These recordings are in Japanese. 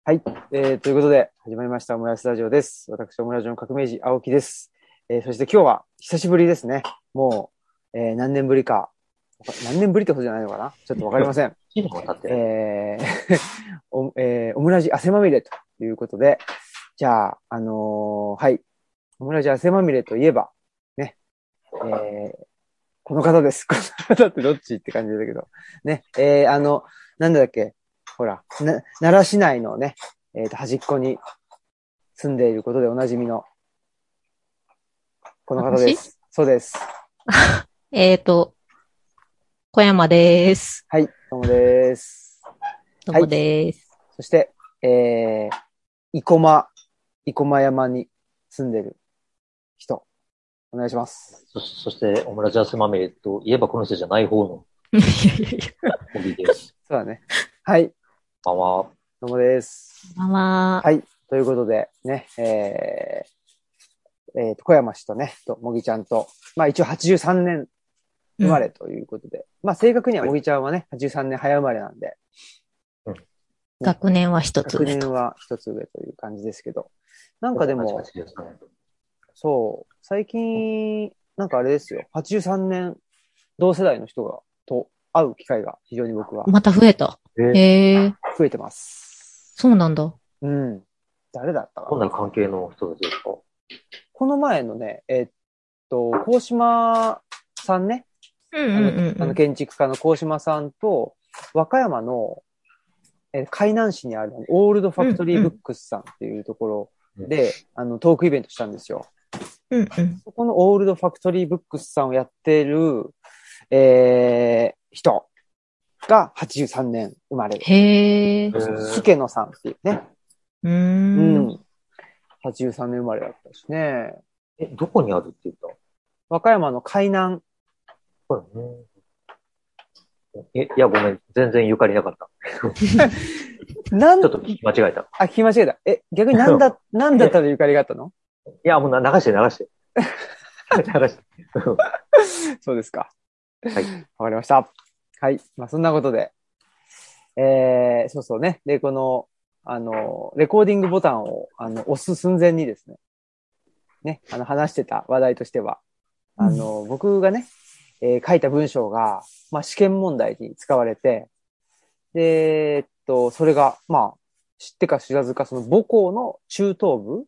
はい。ということで、始まりました、オムライスラジオです。私、オムラジオの革命児、青木です。そして今日は、久しぶりですね。もう、何年ぶりか。何年ぶりってことじゃないのかなちょっとわかりません。 1年も経ってない。 オムラジ汗まみれということで、じゃあ、はい。オムラジ汗まみれといえば、ね、この方です。この方ってどっちって感じだけど。ね、なんだっけ、ほら、奈良市内のね、端っこに住んでいることでおなじみの、この方で私す。そうです。 えーと、小山です。 はい、どうもです。 どうもはい。 です。 そして、生駒、生駒山に住んでる人、お願いします。 そして、オムラジャスマミレといえばこの人じゃない方のいやいやいや。 小木です。 そうだね。はい、 まあまあ、 どうもです。 まあまあ、 はい、ということで、ね、小山氏とね、もぎちゃんと、まあ一応83年生まれうん。 ということで、まあ正確にははい。 もぎちゃんはね、83年早生まれなんで、 うん。 ね、 学年は一つ学上と。 年は一つ上という感じですけど、なんかで同じも、 8ですね。 そう、最近、なんかあれですよ、83年同世代の人が、と会う機会が非常に僕はまた増えた。へえ、 増えてます。 そうなんだ。 うん。誰だったかな。 どんな関係の人たちですか？ この前のね、高島さんね、 うんうんうん建築家の高島さんと、和歌山の、海南市にあるオールドファうん。 クトリーブッうんクスさんっていうところうん。 で、トークイベントしたんですよ。 うんうん。 そこのオールドファクトリーブックスさんをやってる、人が83年生まれ。 へえ、 助野さんっていうね。 うーうん。 ん。83年生まれだったしね。 どこにあるって言った？ 和歌山の海南。 これね。いや、ごめん。全然ゆかりなかった。 なん、 ちょっと聞き間違えた。 聞き間違えた。逆になんだったらゆかりがあったの？ いや、もう流して流して。流して。 そうですか。 はい。 わかりました。はい。まあ、そんなことで。そうそうね。で、この、レコーディングボタンを、押す寸前にですね、話してた話題としては、僕がね、書いた文章が、まあ、試験問題に使われて、で、それが、まあ、知ってか知らずか、その母校の中等部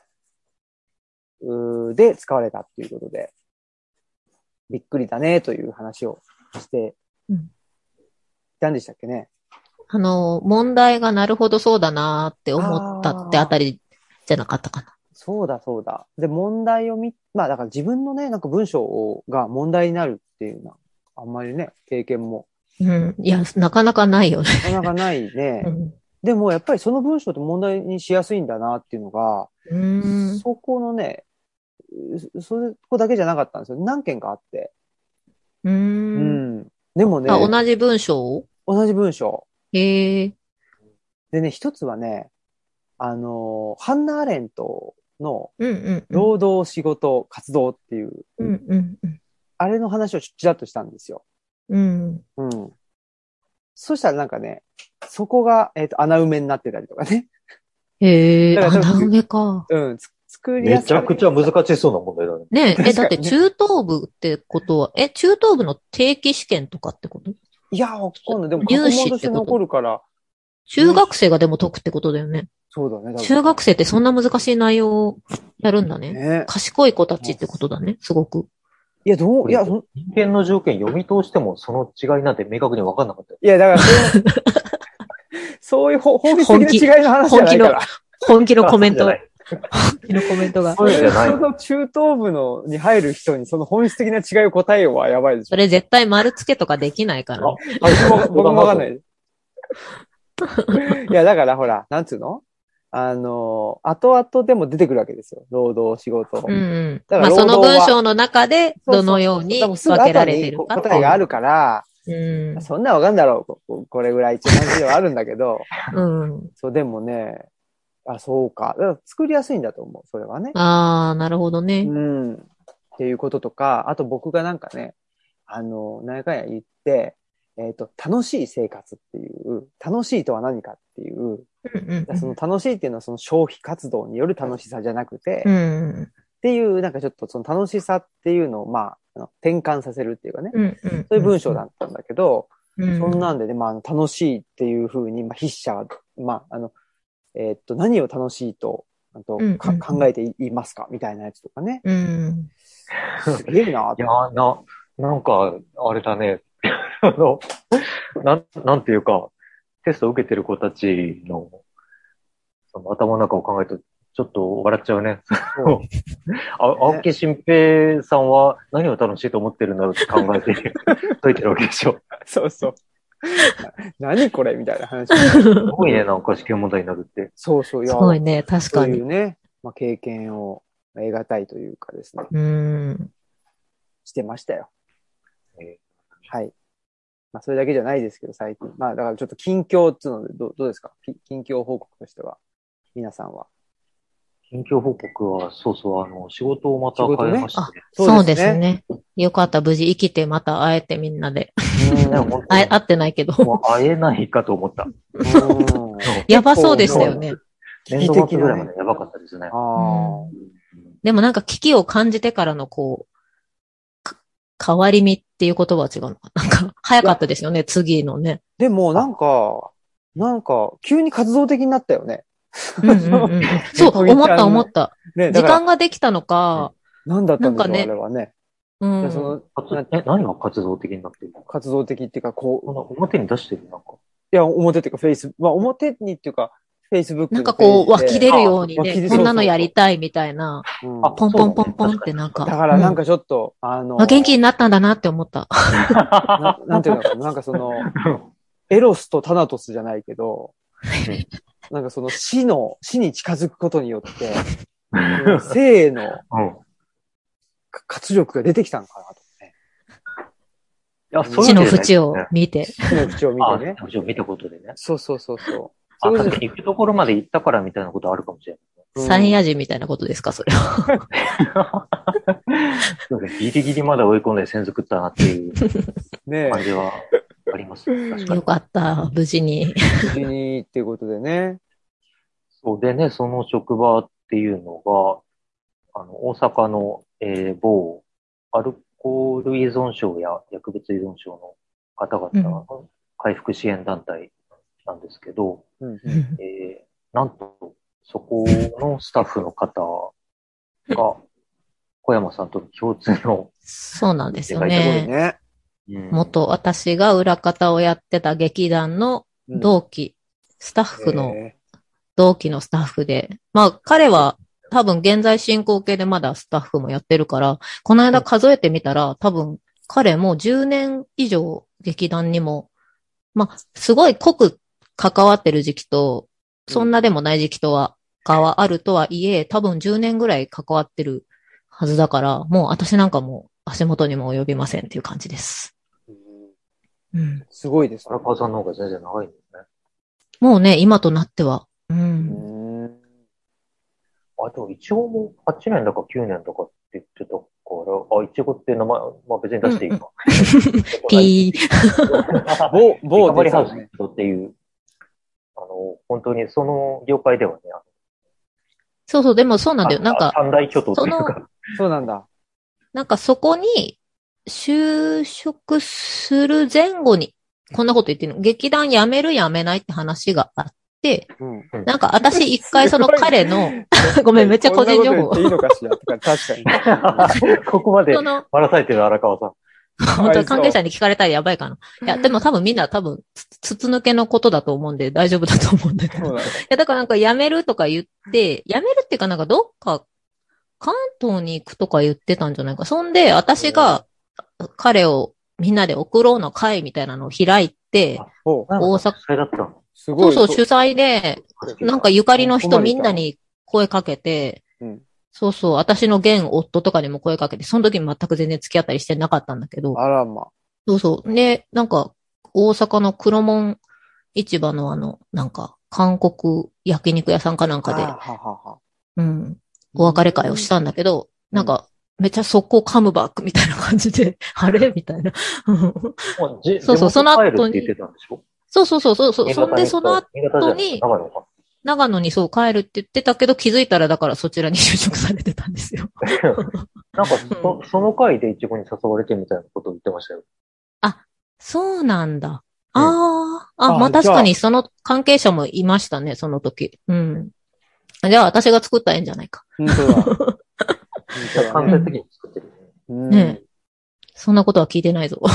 で使われたっていうことで、びっくりだね、という話をしてうん。 いたんでしたっけね。 問題がなるほどそうだなーって思ったってあああ、 たりじゃなかったかな。 そうだそうだ。で、問題をまあだから自分のね、なんか文章が問題になるっていうのは、あんまりね、経験も、 うん。いや、なかなかないよね。 なかなかないね。 うん。 でもやっぱりその文章って問題にしやすいんだなっていうのが、 うーん。 そこのね、そこだけじゃなかったんですよ。何件かあって。 うーん。 うん。でもあ、 ね、 同じ文章？ 同じ文章。 へえ。 でね、一つはね、ハンナ・アーレントのうんうんうん。 労働仕事活動っていう、 うんうんうん。 あれの話をちらっとしたんですよ。 うん。 うん。そしたらなんかね、そこが、穴埋めになってたりとかね。 へえ、 だから多分、 穴埋めか。 作りやすかっめちゃくちゃ難しそうな問題だね。 た。 ねえ、だって確かにね。 中等部ってことは、中等部の定期試験とかってこと？ いや、わかんない。でも過去入試問としてってこと？ 残るから、 中学生がでも解くってことだよね。 そうだね、多分ね。 中学生ってそんな難しい内容をやるんだね。 ね。 賢い子たちってことだね、すごく。 いや、 これ、人間の条件読み通してもその違いなんて明確に分かんなかったよ。 いや、だからそういう本質本気、 的な違いの話じゃ本気の、 ないから。 本気のコメント、 そうじゃない。 本気のコメントが。 それ、 そうじゃない。 その中等部に入る人にその本質的な違いを答えようはやばいでしょ。 それ絶対丸付けとかできないからね。 僕もわかんない。いや、だからほら、なんつうの後々でも出てくるわけですよ。労働、仕事。 うんうん。 だからまあその労働は、 文章の中でそうどのそうそうそう。多ように分すぐ分けられ後にてるかっていう。 答えがあるから、 うん。 そんなわかんだろう。これぐらいっていう感じではあるんだけど、 うん。 そう、でもね、そうか。だから作りやすいんだと思う。それはね。 ああ、なるほどね。 うん。っていうこととか、あと僕がなんかね、何やかんや言って、楽しい生活っていう、楽しいとは何かっていう、 その楽しいっていうのはその消費活動による楽しさじゃなくて、っていう、なんかちょっとその楽しさっていうのを、まあ、転換させるっていうかね、そういう文章だったんだけど、そんなんでね、まあ、楽しいっていうふうに、まあ、筆者は、まあ、何を楽しいと、考えていますかみたいなやつとかね。すげえな。 いや、なんか、あれだね。なんていうか、テストを受けてる子たちの、その頭の中を考えると、ちょっと笑っちゃうね。青木新平さんは何を楽しいと思ってるんだろうって考えて解いてるわけでしょ。 そうそう。何これみたいな話。 すごいね、なんか試験問題になるって。 そうそう。 すごいね、確かに。 そういうね、まあ、経験を得難いというかですね。してましたよ。はい。まあ、それだけじゃないですけど、最近。まあ、だからちょっと近況っていうので、どうですか？近況報告としては。皆さんは。 近況報告は、そうそう、仕事をまた変えましたね。 そうですね。よかった、無事生きてまた会えてみんなで。会ってないけど。 もう会えないかと思った。 やばそうでしたよね。 年度末ぐらいまでやばかったですね。 でもなんか危機を感じてからの変わり身っていう言葉は違うのかな。なんか早かったですよね、次のね。 でもなんか、急に活動的になったよね。 そう、思った。時間ができたのか。 何だったんだろう、あれはね。 何が活動的になってるの？ 活動的っていうか、 表に出してるなんか。 いや、表っていうか、まあ表にっていうか、Facebook なんか湧き出るようにね、こんなのやりたいみたいな。ポンポンポンポンってなんか。 だからなんかちょっと、 元気になったんだなって思った。 なんていうのかな、なんかエロスとタナトスじゃないけど、なんかその死に近づくことによって、生の活力が出てきたのかなとね。 死の淵を見て。 死の淵を見てね。 淵を見たことでね。 そう。 確かに行くところまで行ったからみたいなことあるかもしれない。 サイヤ人みたいなことですか、それは。 ギリギリまで追い込んで線作ったなっていう感じはあります。 よかった、無事に。 無事にっていうことでね。 そうでね、その職場っていうのが、大阪の、某アルコール依存症や薬物依存症の方々の回復支援団体なんですけど、なんと、そこのスタッフの方が、小山さんとの共通の。 そうなんですよね。元私が裏方をやってた劇団の同期、スタッフの、同期のスタッフで、まあ彼は多分現在進行形でまだスタッフもやってるから、この間数えてみたら多分彼も10年以上劇団にも、まあすごい濃く関わってる時期と、そんなでもない時期とは、あるとはいえ、多分10年ぐらい関わってるはずだから、もう私なんかも足元にも及びませんっていう感じです。 すごいです。 荒川さんの方が全然長いんですね。 もうね、今となっては。 でも一応もう8年だか9年だかって言ってたから、いちごって名前、まあ別に出していいか。 ピー。 某リカバリーハウスっていう、本当にその業界ではね、 そう、でもそうなんだよ。なんか、 三大巨頭というか。 そうなんだ。 なんかそこに、就職する前後に、こんなこと言ってるの。劇団辞める辞めないって話があって、なんか私一回その彼の、ごめん、めっちゃ個人情報。 いいのかしらとか、確かに。 ここまでバラされてる荒川さん。 本当関係者に聞かれたらやばいかな。いや、でも多分みんな筒抜けのことだと思うんで大丈夫だと思うんだけど。いや、だからなんか辞めるとか言って、辞めるっていうかなんかどっか関東に行くとか言ってたんじゃないか。そんで、私が彼をみんなで送ろうの会みたいなのを開いて、大阪。そうそう、主催で、なんかゆかりの人みんなに声かけて、そうそう、私の現夫とかにも声かけて、その時全く全然付き合ったりしてなかったんだけど。 あらま。 そうそう。で、なんか、大阪の黒門市場のなんか、韓国焼肉屋さんかなんかで、お別れ会をしたんだけど、なんか、めっちゃ速攻カムバックみたいな感じで、あれみたいな。そうそう、その後に。そう。そんで、その後に、 長野にそう帰るって言ってたけど、気づいたらだからそちらに就職されてたんですよ。 なんかその回でイチゴに誘われてみたいなことを言ってましたよ。 あ、そうなんだ。 うんまあ確かにその関係者もいましたね、その時。うん。じゃあ私が作ったらいいんじゃないか。 本当だ。 間接的に作ってるね。 ねえ。そんなことは聞いてないぞ。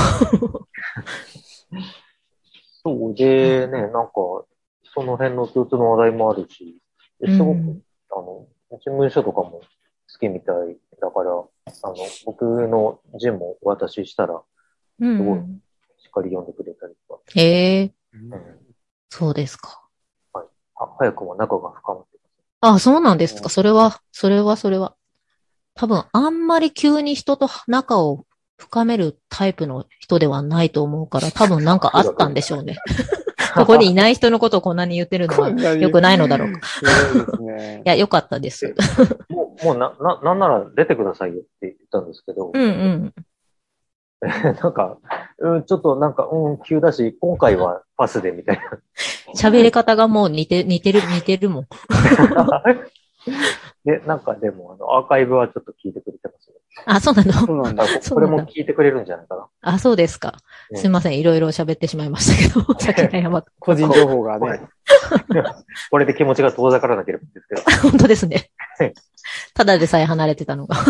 そうでね、なんか、その辺の共通の話題もあるし、すごく、事務所とかも好きみたいだから、僕の字もお渡ししたら、すごい、しっかり読んでくれたりとか。 へえ、そうですか。 はい。早くも仲が深まってます。そうなんですか。それは。多分、あんまり急に人と仲を深めるタイプの人ではないと思うから、多分なんかあったんでしょうね。ここにいない人のことをこんなに言ってるのは良くないのだろうか。 そうですね。 いや、良かったです。 もうなんなら出てくださいよって言ったんですけど、なんか、ちょっとなんか、急だし、今回はパスでみたいな。 喋り方がもう似てるもん。 で、なんかでも、アーカイブはちょっと聞いてくれてますね。 そうなの？ そうなんだ。 これも聞いてくれるんじゃないかな。 そうですか。すいません。いろいろ喋ってしまいましたけど、先がやばく。 個人情報がね。 これで気持ちが遠ざからなければいいんですけど。 本当ですね。ただでさえ離れてたのが。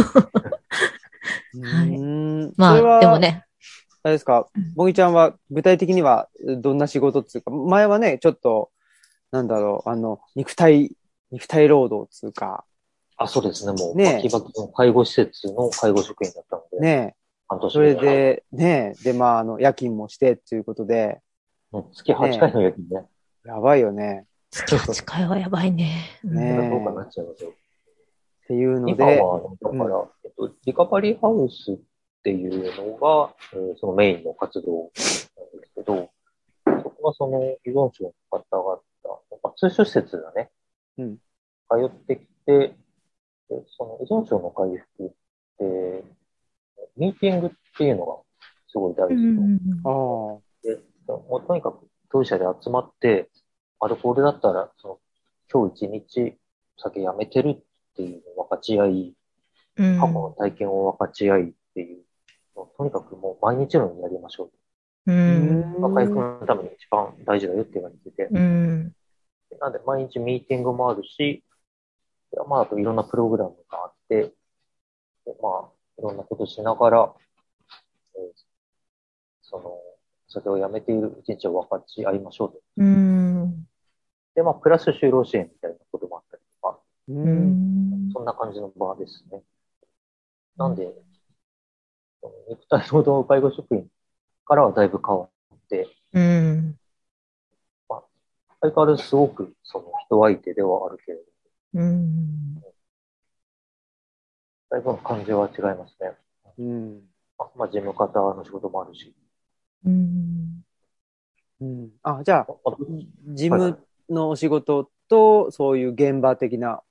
まあ、でもね。 あれですか、もぎちゃんは具体的にはどんな仕事っていうか、前はね、ちょっと、なんだろう、肉体労働っていうか。 そうですね、もう、バキバキの介護施設の介護職員だったので。 ねえ。それで、ねえ、で、まあ、夜勤もしてっていうことで。 月8回の夜勤ね。 やばいよね。 月8回はやばいね。 ねえ。 どうかなっちゃいますよ。 っていうので。 今は、だから、リカバリーハウスっていうのが、そのメインの活動なんですけど、そこはその依存症の方々、通所施設だね。通ってきて、その依存症の回復って、ミーティングっていうのがすごい大事で、もうとにかく当事者で集まって、アルコールだったら、今日一日酒やめてるっていうのを分かち合い、過去の体験を分かち合いっていう、とにかくもう毎日のようにやりましょう。回復のために一番大事だよって言われてて。なんで毎日ミーティングもあるし、あといろんなプログラムがあって、いろんなことしながら、それをやめている一日を分かち合いましょうと。で、プラス就労支援みたいなこともあったりとか、そんな感じの場ですね。なんで、肉体労働介護職員からはだいぶ変わって、相変わらずすごく人相手ではあるけれど、だいぶの感じは違いますね。事務方の仕事もあるし。 じゃあ、事務のお仕事と、そういう現場的な、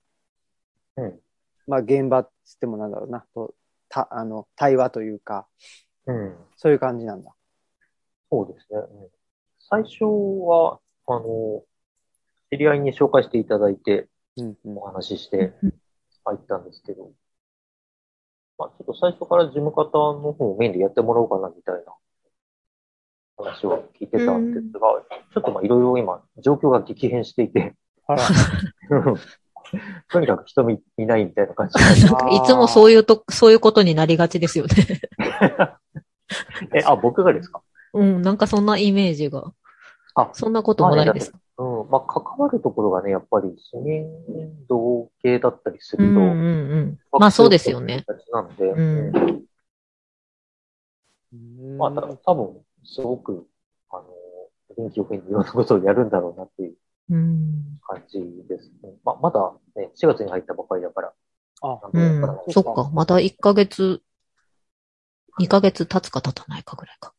現場って言ってもなんだろうな、対話というか、そういう感じなんだ。 そうですね。最初は、知り合いに紹介していただいて、お話しして入ったんですけど、ちょっと最初から事務方の方をメインでやってもらおうかなみたいな話を聞いてたんですが、ちょっといろいろ今、状況が激変していて、とにかく人いないみたいな感じいつもそういうことになりがちですよね。 僕がですか？ なんかそんなイメージが。そんなこともないですか？ 関わるところがね、やっぱり市民同系だったりすると、そうですよね。 なんで、多分、すごく、臨機応変にいろんなことをやるんだろうなっていう感じですね。まだね、4月に入ったばかりだから。 そっか、まだ1ヶ月、2ヶ月経つか経たないかぐらいか。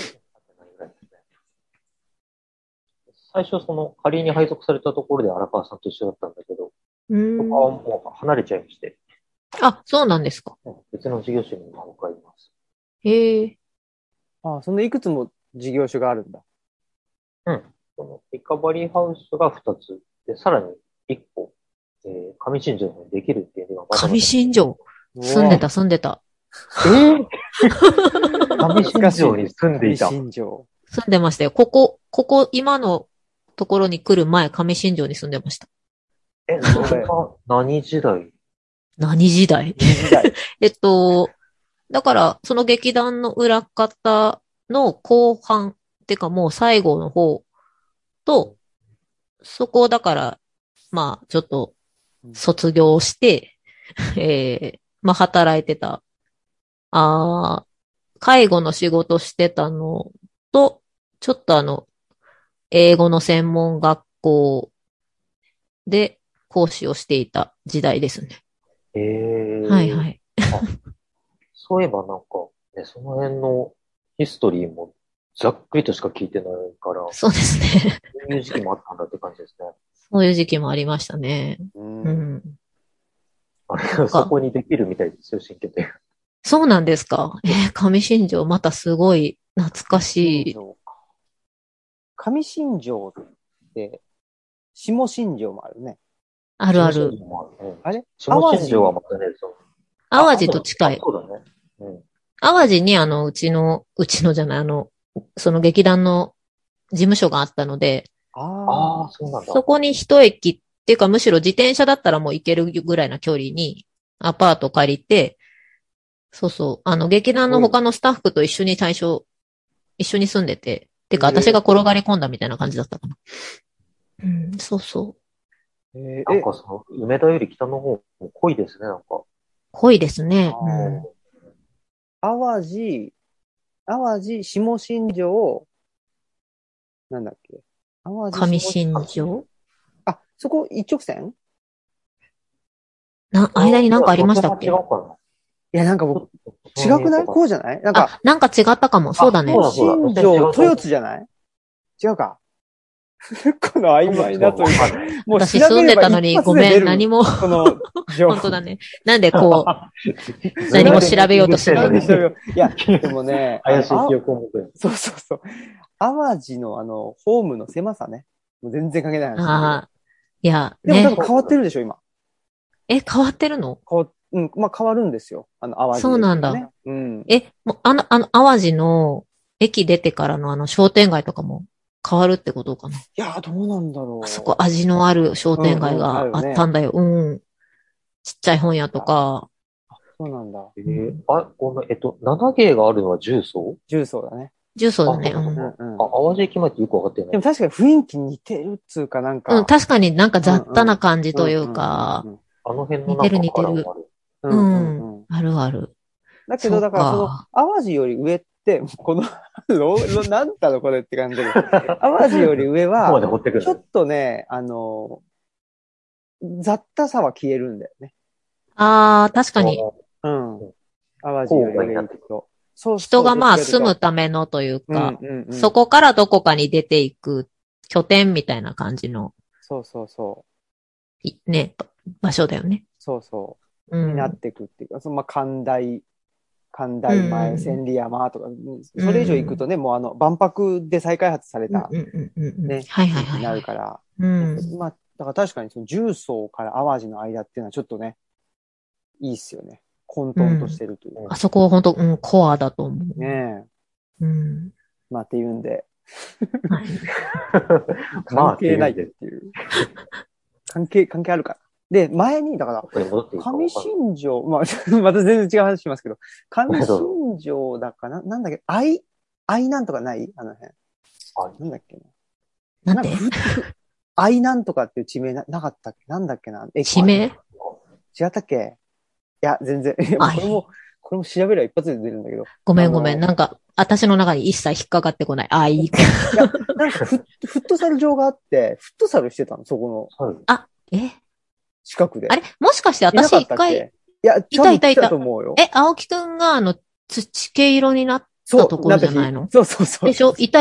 最初仮に配属されたところで荒川さんと一緒だったんだけど、そこはもう離れちゃいまして。 そうなんですか。 別の事業所に今向かいます。 へえ。 そのいくつも事業所があるんだ。 リカバリーハウスが2つ。で、さらに上新庄にできるっていうのは上新庄住んでた。 上新庄に住んでいた。 上新庄。 住んでましたよ。今のところに来る前、上新庄に住んでました。 それは何時代？ 何時代だから、その劇団の裏方の後半、ってかもう最後の方と、そこだから、まあ、ちょっと、卒業して、まあ、働いてた。介護の仕事してたのと、ちょっと英語の専門学校で講師をしていた時代ですね。はいはい。 そういえばなんか、ね、その辺のヒストリーもざっくりとしか聞いてないから。 そうですね。 そういう時期もあったんだって感じですね。 そういう時期もありましたね。 あれ、そこにできるみたいですよ、新居で。 そうなんですか。上新庄、またすごい懐かしい。 上新庄って、下新庄もあるね。 あるある。 あれ下新庄はまたね、 淡路と近い。 そうだね。 淡路にうちのじゃない、その劇団の事務所があったので、 そうなんだ。 そこに一駅っていうかむしろ自転車だったらもう行けるぐらいな距離にアパート借りて、そうそう、劇団の他のスタッフと一緒に一緒に住んでて、てか私が転がり込んだみたいな感じだったかな。そうそう。 なんかその、梅田より北の方も濃いですね、なんか。 濃いですね。 淡路、下新庄、なんだっけ上新庄そこ一直線間になんかありましたっけ？ いや、なんか僕、違くない？こうじゃない？なんか違ったかも。そうだね。 下新庄、豊津じゃない？違うか。この曖昧なというか、もう私住んでたのにごめん、何も。この本当だね。なんでこう、何も調べようとしない。 いや、でもね、 怪しい記憶を持ってそうそうそう。淡路のホームの狭さね。もう全然関係ない話。 いや、 でも多分変わってるでしょ、今。 変わってるの？ まあ変わるんですよ。淡路。 そうなんだ。 もう淡路の駅出てからの商店街とかも変わるってことかな。 いや、どうなんだろう。 あそこ味のある商店街があったんだよ。ちっちゃい本屋とか。 そうなんだ。 ごめん、7芸があるのは重曹？ 重曹だね。 重曹だね。 淡路駅前ってよくわかってない。 でも確かに雰囲気似てるっつうかなんか。 確かになんか雑多な感じというか。 あの辺の似てる。 あるある。 だけど、だからその、淡路より上って、この、なんだろこれって感じだけど、淡路より上は、ちょっとね、雑多さは消えるんだよね。 確かに。 淡路より上行くと。 人がまあ住むためのというか、そこからどこかに出ていく拠点みたいな感じの。ね、場所だよね。 になっていくっていうか、神台前、千里山とか、それ以上行くとね、もう万博で再開発された、ね、になるから。まあ、だから確かにその重曹から淡路の間っていうのはちょっとね、いいっすよね。混沌としてるという。 あそこは本当、コアだと思う。 ねえ。まあっていうんで。関係ないっていう。関係あるから。で、前に、だから、上新庄、また全然違う話しますけど、上新庄だかな、なんだっけ、愛なんとかない？あの辺。なんだっけな。なんで愛なんとかっていう地名なかったっけ？なんだっけな。 地名？ 違ったっけ？いや、全然。これも調べれば一発で出るんだけど。 ごめん。なんか、私の中に一切引っかかってこない。いや、なんかフットサル場があって、フットサルしてたの、そこの。近くで。 あれもしかして私一回。いや、いたと思うよ。 青木くんが土系色になったところじゃないの？ そう。 でしょ？いた。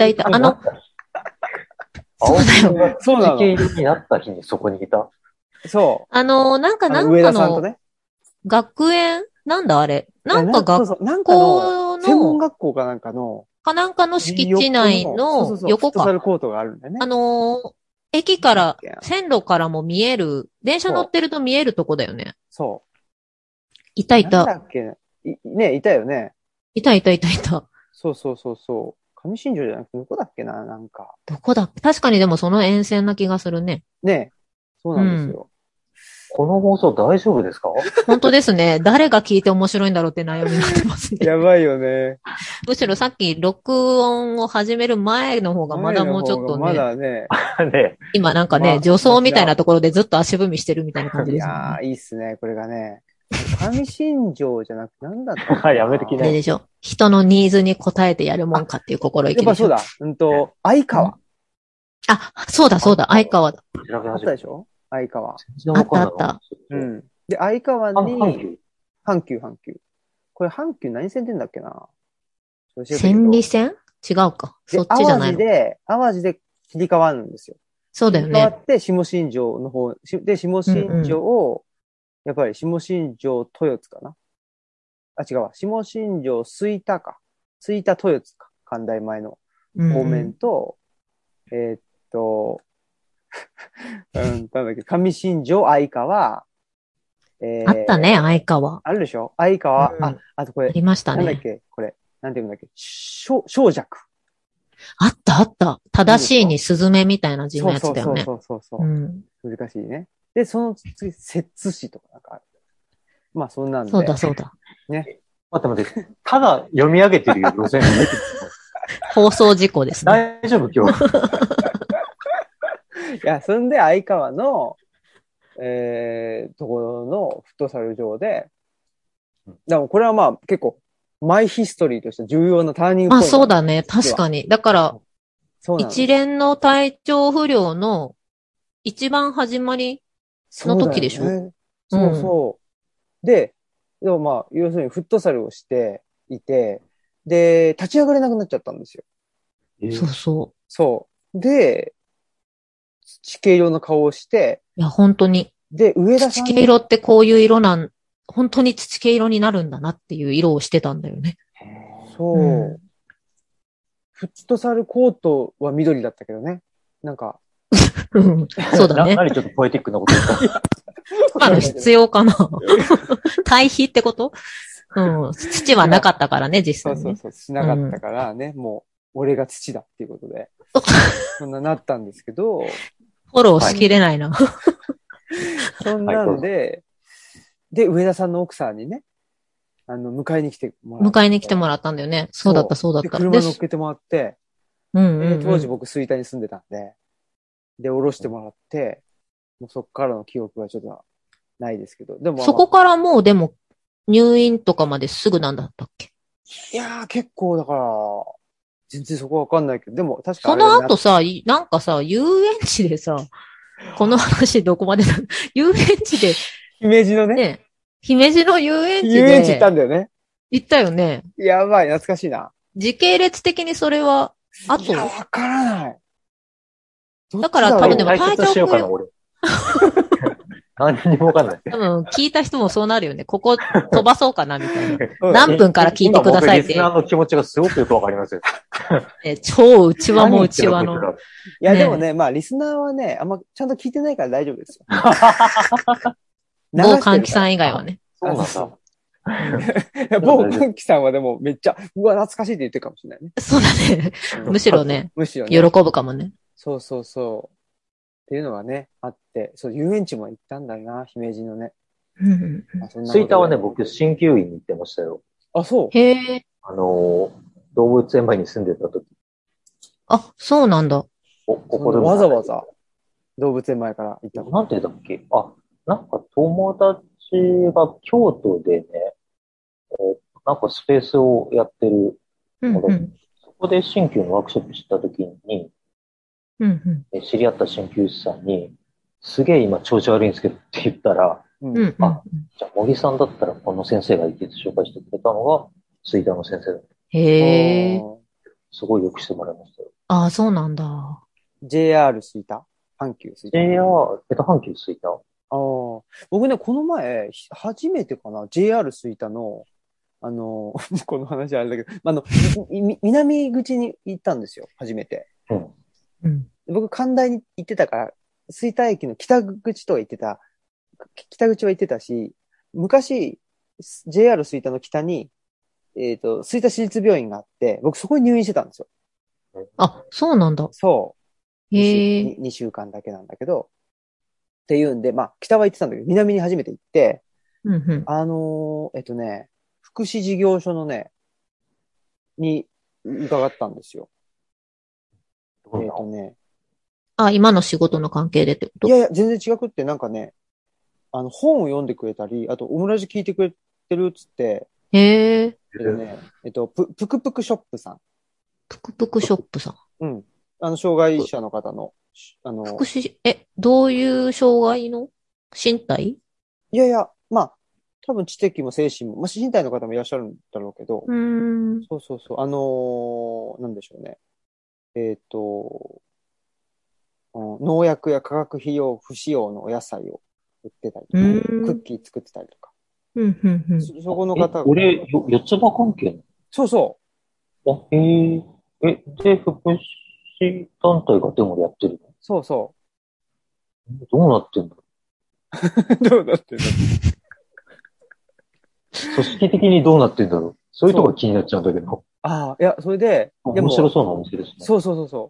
そうだよ。土系色になった日にそこにいた。 そう。 なんか上田さんとね。 学園なんだあれ。なんか学校の、専門学校かなんかの、 敷地内の横フットサルコートがあるんだよね。 駅から、線路からも見える、電車乗ってると見えるとこだよね。 そう。 いた。 なんだっけね、いたよね。 いた。 そう。上新庄じゃなくてどこだっけな、なんか。 どこだ確かにでもその沿線な気がするね。 ね、そうなんですよ。 この放送大丈夫ですか？ 本当ですね。誰が聞いて面白いんだろうって悩みになってますね。 やばいよね。 むしろさっき録音を始める前の方がまだもうちょっとね。 まだね。 今なんかね、女装みたいなところでずっと足踏みしてるみたいな感じですね。 いやー、いいっすね、これがね。上新庄じゃなくてなんだったかやめてきな。 でしょ。人のニーズに応えてやるもんかっていう心意気でしょ。 やっぱそうだ。相川。 あ、そうだ、相川だ。 あったでしょ相川。 あった。 うん。で、相川に、阪急。これ阪急何線出んだっけな？ 千里線違うか。そっちじゃないの。 淡路で切り替わるんですよ。 そうだよね。 変わって下新庄の方、で、下新庄を、やっぱり下新庄豊津かな。あ、違うわ。下新庄吹田か。吹田豊津か。関大前の方面と、なんだっけ、上新庄相川、 あったね、相川。 あるでしょ相川、あとこれ。 ありましたね。 なんだっけこれ。なんていうんだっけ小弱。 あった。正しいにスズメみたいな字のやつだよね。 そう。難しいね。で、その次、摂津市とかなんかある。まあ、そんなんで。 そうだ。 ね。待って。ただ読み上げてるよ、路線。 放送事故ですね。 大丈夫、今日。 いや、そんで相川の、ところのフットサル場で、でもこれはまあ結構、マイヒストリーとして重要なターニングポイント。 そうだね。確かに。だから、一連の体調不良の一番始まりの時でしょ？ そう。でもまあ、要するにフットサルをしていて、で、立ち上がれなくなっちゃったんですよ。そう。で、土系色の顔をして、 いや、本当に。 で、上田さん。 土系色ってこういう色本当に土系色になるんだなっていう色をしてたんだよね。 そう。フットサルコートは緑だったけどね。なんか。 そうだね。 何ちょっとポエティックなこと言ったの必要かな対比ってこと？土はなかったからね、実際に。 そう。土なかったからね、もう、俺が土だっていうことで。そんななったんですけど。 フォローしきれないな。 そんなんで、で、上田さんの奥さんにね、迎えに来てもらったんだよね。そうだった。 で、車乗っけてもらって、当時僕吹田に住んでたんで、で、降ろしてもらって、もうそっからの記憶はちょっとないですけど。でも、 そこからもうでも、入院とかまですぐなんだったっけ？ いやー、結構だから、全然そこわかんないけど、でも確かその後さ、なんかさ、遊園地でさ、この話どこまでだ遊園地で。 姫路のね。 姫路の遊園地で。 遊園地行ったんだよね。 行ったよね。 やばい、懐かしいな。 時系列的にそれは、あと。 わからない。 だから多分でも体調しようかな、俺。何にもわかんない。 多分聞いた人もそうなるよね。ここ飛ばそうかな、みたいな。何分から聞いてくださいって。 リスナーの気持ちがすごくよくわかりますよ。 超内輪も内輪の。 いや、でもね、まあ、リスナーはね、あんまちゃんと聞いてないから大丈夫ですよ。 某換気さん以外はね。 そうなんだ。某換気さんはでもめっちゃ、うわ、懐かしいって言ってるかもしれないね。 そうだね。むしろね。喜ぶかもね。 そう。っていうのがね、あって、そう、遊園地も行ったんだな、姫路のね。 吹田はね、僕、鍼灸院に行ってましたよ。 あ、そう。 へえ。 動物園前に住んでた時。 あ、そうなんだ。 ここでわざわざ動物園前から行ったの。 なんて言うんだっけ？なんか友達が京都でね、なんかスペースをやってるので、そこで鍼灸のワークショップした時に、知り合った鍼灸師さんに、すげえ今調子悪いんですけどって言ったら、じゃあ茂木さんだったらこの先生がいて紹介してくれたのが吹田の先生だった。 へー。 すごいよくしてもらいましたよ。 ああ、そうなんだ。 JR 吹田？阪急吹田？ 阪急吹田。 僕ね、この前、初めてかな、JR 吹田の、この話あれだけど、南口に行ったんですよ、初めて。 僕、関大に行ってたから、吹田駅の北口は行ってたし、昔、JR 吹田の北に、吹田市立病院があって、僕そこに入院してたんですよ。 あ、そうなんだ。 そう。 へえ。 2週間だけなんだけど、っていうんで、まあ、北は行ってたんだけど、南に初めて行って、 うんうん。 福祉事業所のね、に伺ったんですよ。 どんなあ、今の仕事の関係でってこと？ いやいや、全然違くって、なんかね、本を読んでくれたり、あと、オムラジ聞いてくれてるっつって、 へえ。 ぷくぷくショップさん。 ぷくぷくショップさん。 うん。障害者の方の、 福祉、どういう障害の身体？ いやいや、まあ、多分知的も精神も、まあ、身体の方もいらっしゃるんだろうけど、 うーん。 そうそうそう、なんでしょうね。えっと、農薬や化学肥料不使用のお野菜を売ってたりとうか、 ーん。 クッキー作ってたりとか、 うん、うん、うん。 そこの方が、 俺、四つ葉関係そうその？あ、へえ。で、福祉団体がでもやってるう、そうその？どうなってんだろう。どうなってんだう？組織的にどうなってんだろう？そういうとこそう。 が気になっちゃうんだけど。 ああ、いや、それで、でも、 面白そうなお店ですね。 そうそうそうそう。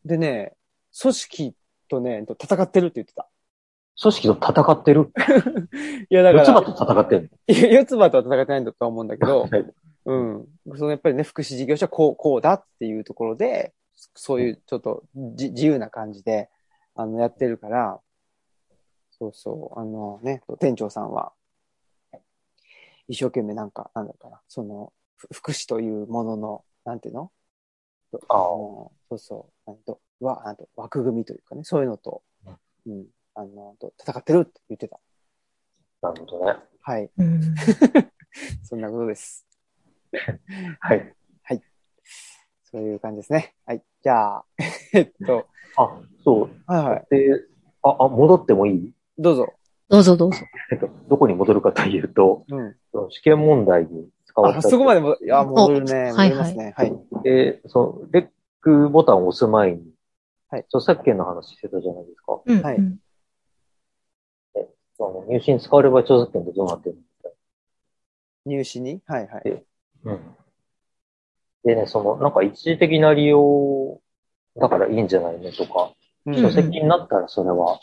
でね、組織とね、戦ってるって言ってた。 組織と戦ってる？ いや、だから、 四つ葉と戦ってる四つ葉とは戦ってないんだとは思うんだけの？ ど、 はい。 うん。やっぱりね、福祉事業者はこうだっていうところで、そういうちょっと自由な感じで、やってるから、そうそう、店長さんは、一生懸命なんか、なんだろうかな、福祉というものの、なんていうのああ、 そうそう、枠組みというかね、そういうのと、うん、戦ってるって言ってた。 なるほどね。 はい。 うん。 そんなことです。 はい。 はい。そういう感じですね。はい。じゃあ、 あ、そう。 はいはい。 で、戻ってもいい？ どうぞ。 どうぞどうぞ。 どこに戻るかというと、 うん。 その試験問題に使われあ、 たって。 そこまでも、いや、戻お、 るね。 はいはい。 戻りますね。はい。 で、レックボタンを押す前に、 はい。 著作権の話してたじゃないですか。 はい。 うんうん。 で、入試に使われる場合著作権ってどうなってるのみたい入試にはいはい。 で、うん。でね、なんか一時的な利用だからいいんじゃないのとか、 うん書籍になったらそれは、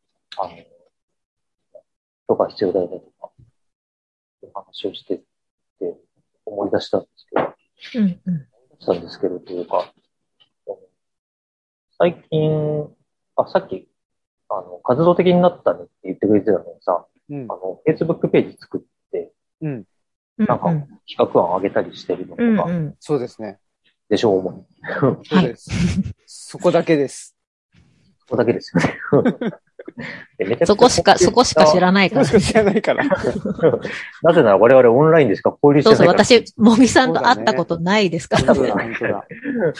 とか必要だよねとか、いう話をしてて、思い出したんですけど、 うんうん。 したんですけど、というか、最近、さっき、活動的になったねって言ってくれてたのにさ、 うん。 Facebook ページ作って、 うん。 なんか企画案上げたりしてるのとか、 うんうん。 そうですね。 でしょう、主に。 そうです。そこだけです。 そこだけですよね。 そこしか知らないから。 そこしか知らないから。 なぜなら我々オンラインでしか交流してそうそう、 ないから。 私、もみさんと会ったことないですから。 本当だ、本当だ。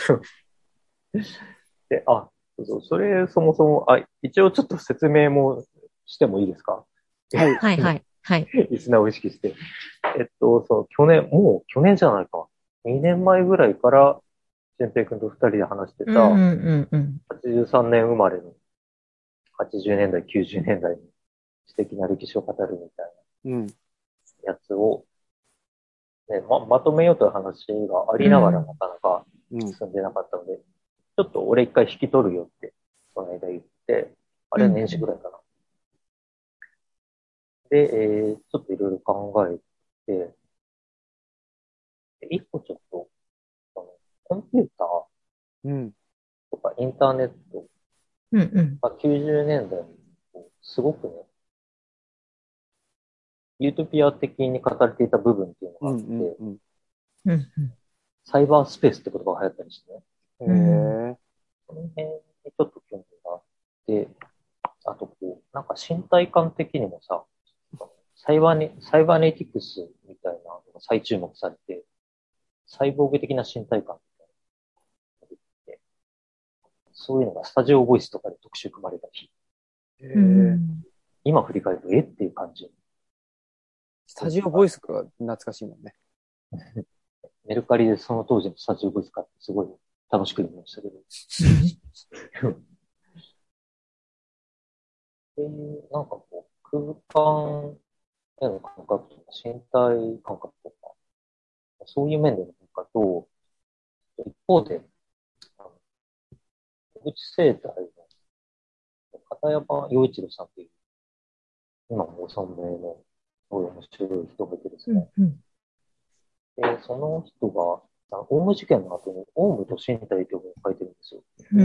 で、そう、それ、そもそも、一応ちょっと説明もしてもいいですか？ はい。 はいはい。はい。 リスナーを意識して。もう去年じゃないか。2年前ぐらいから、俊平君と2人で話してた、 うんうんうん 83年生まれの80年代、90年代に知的な歴史を語るみたいうん。 なやつを、ね、まとめようという話がありながらなかなか進んでなかったので、ちょっと俺一回引き取るよって、この間言って、あれは年始ぐらいかな。で、ちょっといろいろ考えて、一個ちょっと、コンピューターうん。 とかインターネットうんうんが90年代にすごくね、ユートピア的に語られていた部分っていうのがあって、 うんうんサイバースペースって言葉が流行ったりしてね、 うん。へえ。 その辺にちょっと興味があって、あとなんか身体感的にもさ、サイバーネイティクスみたいなのが再注目されて、サイボーグ的な身体感みたいなのが出てきて、そういうのがスタジオボイスとかで特集組まれたり、 へえ。 今振り返ると、っていう感じ。 スタジオボイスが懐かしいもんね。 メルカリでその当時のスタジオボイス買ってすごい楽しく読みましたけど。なんかこう、空間への感覚とか、身体感覚とか、そういう面での変化と、一方で、あの小口生態の片山洋一郎さんっていう、今もお存命の、すごい面白い人がいてですね。で、その人が、オウム事件の後に、オウムと身体という本を書いてるんですよ。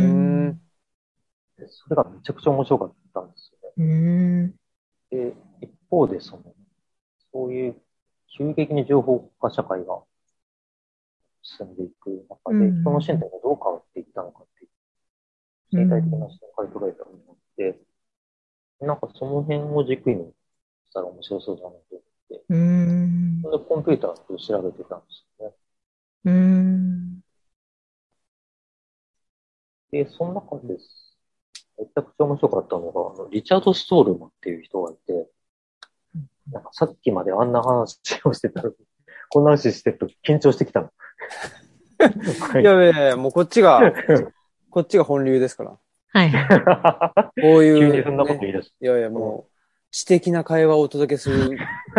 でそれがめちゃくちゃ面白かったんですよね。で、一方で、そういう急激に情報化社会が進んでいく中で、人の身体がどう変わっていったのかっていう、身体的な視点から捉えたもので、なんかその辺を軸にしたら面白そうだなと思って、それでコンピューターを調べてたんですよね。で、その中です。めちゃくちゃ面白かったのが、リチャード・ストールマンっていう人がいて、なんかさっきまであんな話をしてたのに、こんな話してると緊張してきたの。 いやいやいや、もうこっちが本流ですから。 はい。 こういう、 急にそんなこと言い出す。 いやいや、もう、知的な会話をお届けする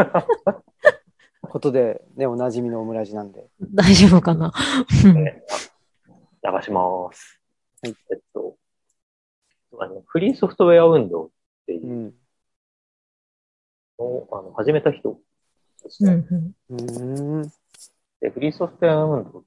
ことで、ね、おなじみのオムラジなんで。 大丈夫かな。 流します。はい。フリーソフトウェア運動っていうのを、始めた人ですね。で、フリーソフトウェア運動って、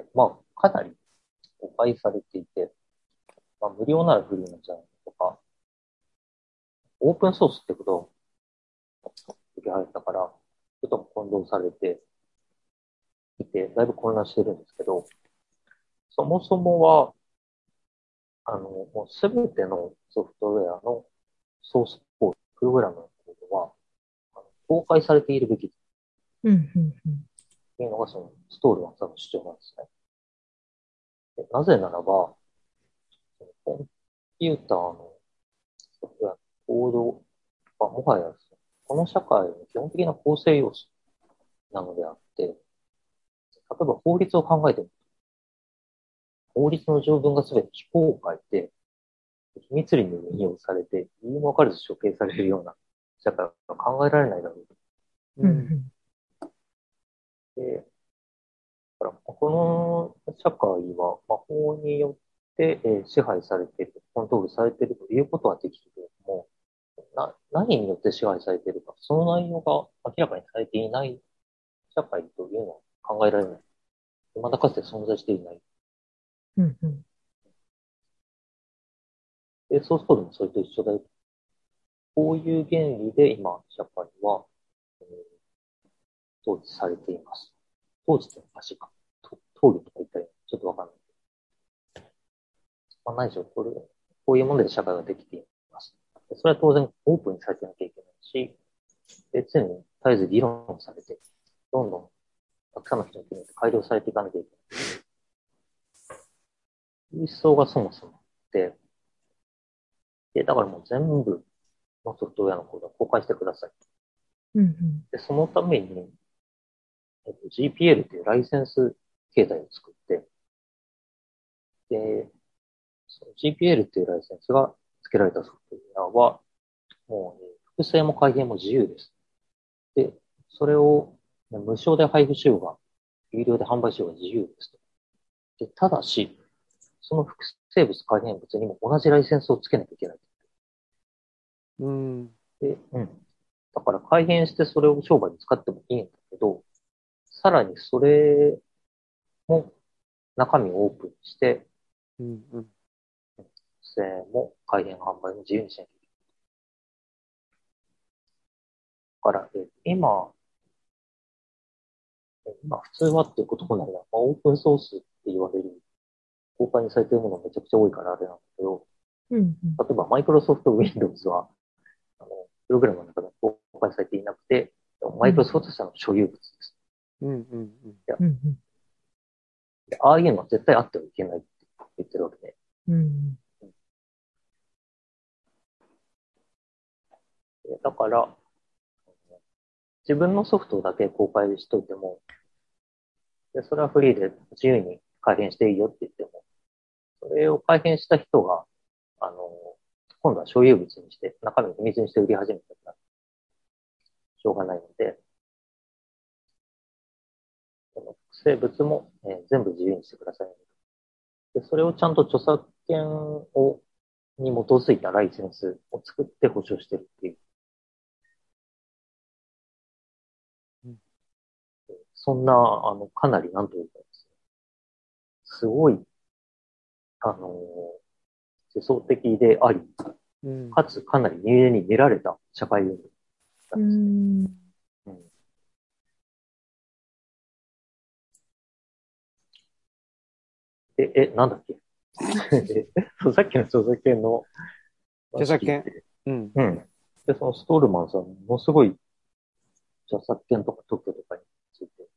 まあ、かなり誤解されていて、まあ、無料ならフリーなんじゃないとか、オープンソースってことを受け入れたから、ちょっと混同されていて、だいぶ混乱してるんですけど、そもそもは、もうすべてのソフトウェアのソースコード、プログラムのコードは、公開されているべきというのがそのストールの主張なんですね。でなぜならば、コンピューターのソフトウェアのコードはもはやこの社会の基本的な構成要素なのであって、例えば法律を考えてみると、法律の条文がすべて非公開で、秘密裏に運用されて、理由もわかると処刑されるような社会は考えられないだろうと。で、だからこの社会は、法によって、支配されている、コントロールされているということはできるけれども、何によって支配されているか、その内容が明らかにされていない社会というのは考えられない。未だかつて存在していない。で、そうするとそれと一緒だよ。こういう原理で今、社会は、統治されています。統治っておかしいか。統治とか言ったらちょっとわかんない。何でしょう、こういうもので社会ができています。それは当然オープンにされてなきゃいけないし、常に絶えず議論されて、どんどんたくさんの人に決めて改良されていかなきゃいけない。いう思想がそもそもあって、だからもう全部のソフトウェアのコードを公開してください。でそのために、GPL というライセンス形態を作って、で、その GPL というライセンスが付けられたソフトウェアは、もう、複製も改変も自由です。で、それを無償で配布しようが、有料で販売しようが自由ですと。で、ただし、その複製物、改変物にも同じライセンスを付けなきゃいけない。で、だから改変してそれを商売に使ってもいいんだけど、さらにそれも中身をオープンにして、複製も改変販売も自由にしなきゃいけない。だから、今普通はっていうこともないな。オープンソースって言われる、公開にされてるものめちゃくちゃ多いからあれなんだけど、例えばマイクロソフト Windows は、プログラムの中で公開されていなくて、マイクロソフト社の所有物です。ああいうのは絶対あってはいけないって言ってるわけで。だから、自分のソフトだけ公開しといても、それはフリーで自由に改変していいよって言っても、それを改変した人が、今度は所有物にして、中身を秘密にして売り始めたら、しょうがないので、その複製物も、全部自由にしてください。で、それをちゃんと著作権に基づいたライセンスを作って保証してるっていう。そんな、かなり、なんというかですね、すごい、あの、世相的であり、かつかなり入念に練られた社会運動なんですね。なんだっけさっきの著作権の著作権。 うん。で、そのストールマンさん、ものすごい著作権とか特許とかについて、め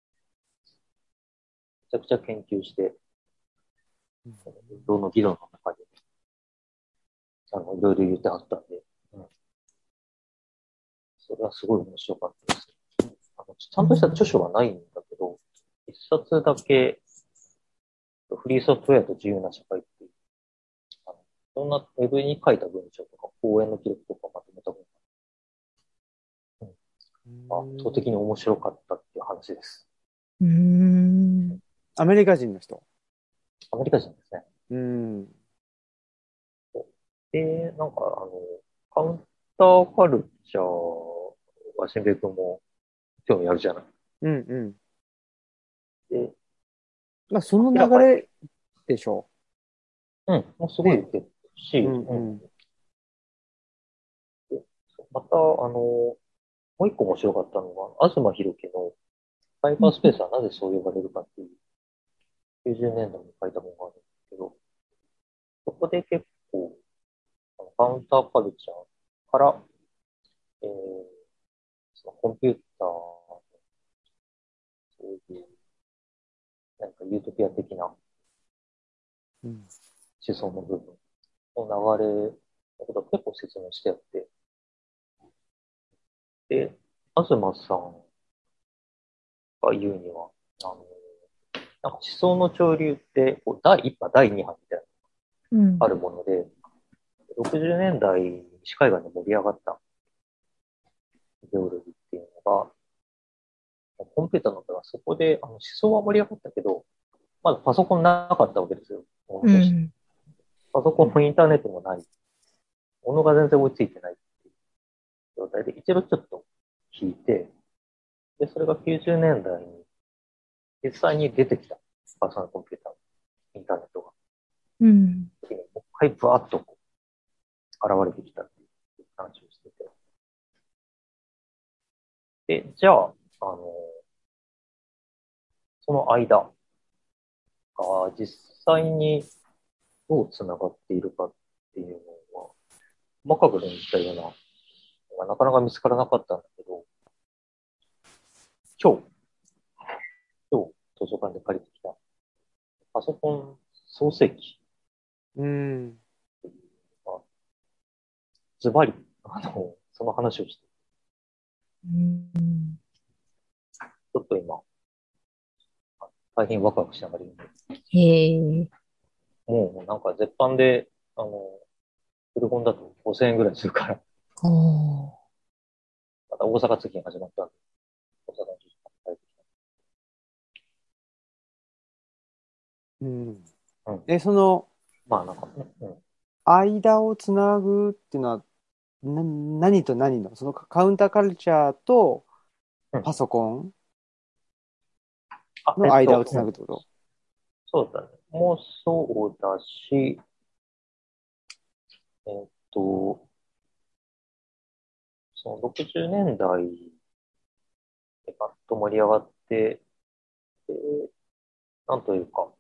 ちゃくちゃ研究して、運動の議論の中で、いろいろ言ってはったんで、それはすごい面白かったです。ちゃんとした著書はないんだけど、一冊だけ、フリーソフトウェアと自由な社会っていう、いろんなウェブに書いた文章とか、講演の記録とかまとめた本が、圧倒的に面白かったっていう話です。 アメリカ人の人。 アメリカ人ですね。で、なんか、カウンターカルチャーは、しんべい君も興味あるじゃない。で、 まあ、その流れでしょう。もうすごい受けるし、また、もう一個面白かったのが、東博樹のサイバースペースはなぜそう呼ばれるかっていう、90年代に書いた本があるんですけど、そこで結構、カウンターカルチャーから、そのコンピューターの、そういう、なんかユートピア的な思想の部分の流れのことを結構説明してあって、で、東さんが言うには、なんか思想の潮流って、こう第1波、第2波みたいな、あるもので、60年代に西海岸で盛り上がったイデオロギーっていうのが、コンピューターの中はそこで思想は盛り上がったけど、まだパソコンなかったわけですよ。パソコンもインターネットもない。ものが全然追いついてないっていう状態で、一度ちょっと引いて、で、それが90年代に実際に出てきたパーソナルコンピューター、インターネットが。もう一回ブワーッと現れてきたっていう話をしてて。で、じゃあ、その間が実際にどう繋がっているかっていうのは、細かく論じたようなのがなかなか見つからなかったんだけど、今日、図書館で借りてきたパソコン創世記。ズバリ、その話をして、ちょっと今、大変ワクワクしながら言うもうなんか絶版で、古本だと5000円ぐらいするから。また大阪通勤始まったんで、大阪の図書館に帰ってきた。 その、 まあなんかね、 間をつなぐっていうのは、何と何のそのカウンターカルチャーとパソコンの間をつなぐってこと、 そうだね。もうそうだし、その60年代でバッと盛り上がって、で、なんというか、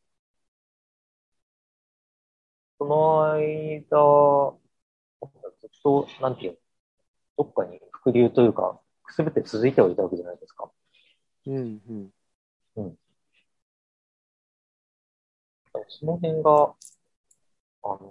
その間、ずっと、なんていうの、どっかに伏流というか、くすぶって続いてはいたわけじゃないですか。その辺が、あの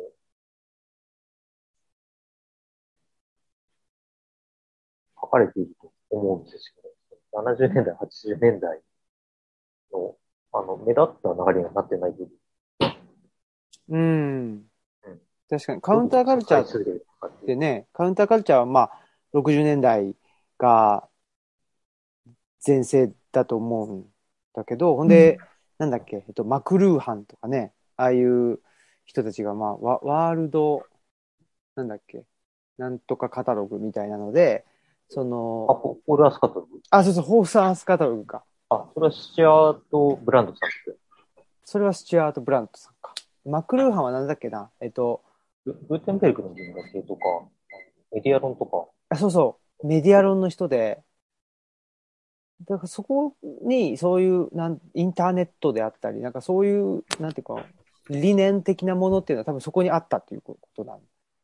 書かれていると思うんですよね。70年代、80年代の、 目立った流れにはなってない部分。 うん。 うん。 確かに、カウンターカルチャーってね、カウンターカルチャーはまあ、60年代が全盛だと思うんだけど、ほんで、なんだっけ、マクルーハンとかね、ああいう人たちが、まあ、ワールド、なんだっけ、なんとかカタログみたいなので、その、 ポール・アスカトログ。 あ、そうそう、ホースアースカタログか。 それはスチュアート・ブランドさんです。 それはスチュアート・ブラントさんか。マクルーハンはなんだっけな、 グーテンベルクの銀河系とか、メディアロンとか。 あ、そうそう、メディアロンの人で、だからそこにそういうインターネットであったり、なんかそういう、なんていうか、理念的なものっていうのは多分そこにあったっていうことなん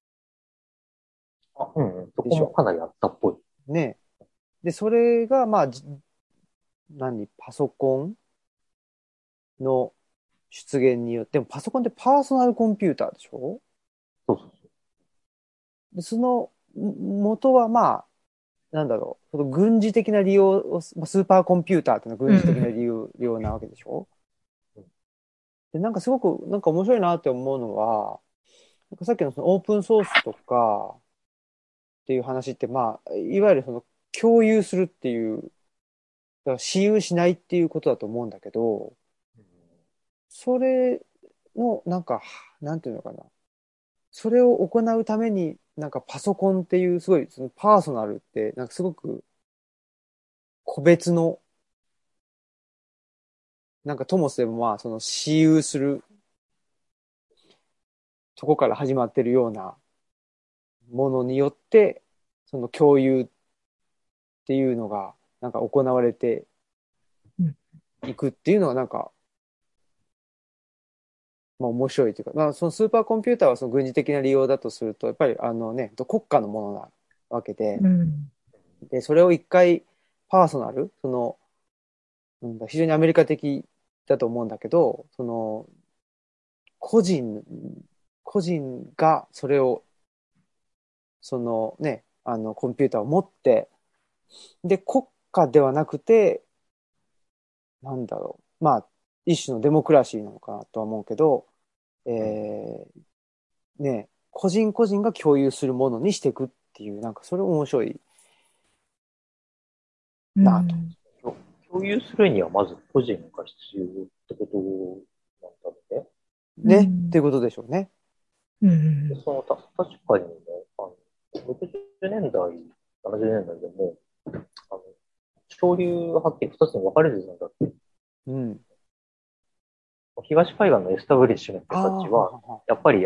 うん、そこでしょもかなりあったっぽい。 う。ね。で、それが、まあ、パソコンの出現によって、でもパソコンってパーソナルコンピューターでしょ？ そうそうそで、その元はまあ、なんだろう、その軍事的な利用を、スーパーコンピューターっていうのは軍事的な利用なわけでしょ？で、なんかすごく、なんか面白いなって思うのは、なんかさっきのそのオープンソースとかっていう話って、まあ、いわゆるその共有するっていう、だから私有しないっていうことだと思うんだけど、 う。 それの、なんか、なんていうのかな。それを行うために、なんかパソコンっていうすごい、そのパーソナルって、なんかすごく個別の、なんかともすればまあ、その私有するとこから始まってるようなものによって、その共有っていうのが、なんか行われていくっていうのは、なんか、まあ面白いというか、まあそのスーパーコンピューターはその軍事的な利用だとすると、やっぱりあのね、国家のものなわけで、 うん。 で、それを一回パーソナル、その、非常にアメリカ的だと思うんだけど、その、個人、個人がそれを、そのね、コンピューターを持って、で、国家ではなくて、なんだろう、まあ、一種のデモクラシーなのかなとは思うけど、ね、個人個人が共有するものにしていくっていう、なんかそれ面白いなと。 共有するにはまず個人が必要ってことなんだろうね。 ね、っていうことでしょうね。 で確かにね、60年代、70年代でも、あの、潮流はっきり二つに分かれてたんだって。 うん。 東海岸のエスタブリッシュメントああ、 たちは、 ははは。 やっぱり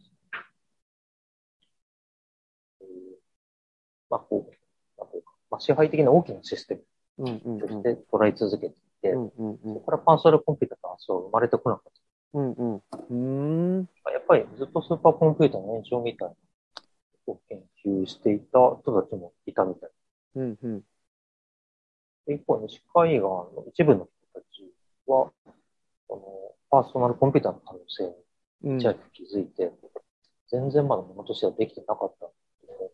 まあこう、なんていうか、まあ、支配的な大きなシステうんうんムとしうん。 て捉え続けていて、 うんうんうん。 そこからパーソナルコンピューターの発想は生まれてこなかった。 うんうん。うーん。 やっぱりずっとスーパーコンピューターの延長みたいなことを研究していた人たちもいたみたい。 うんうん。 で一方、西海岸の一部の人たちは、パーソナルコンピューターの可能性にいち早く気づいて、全然まだものとしてはできてなかったの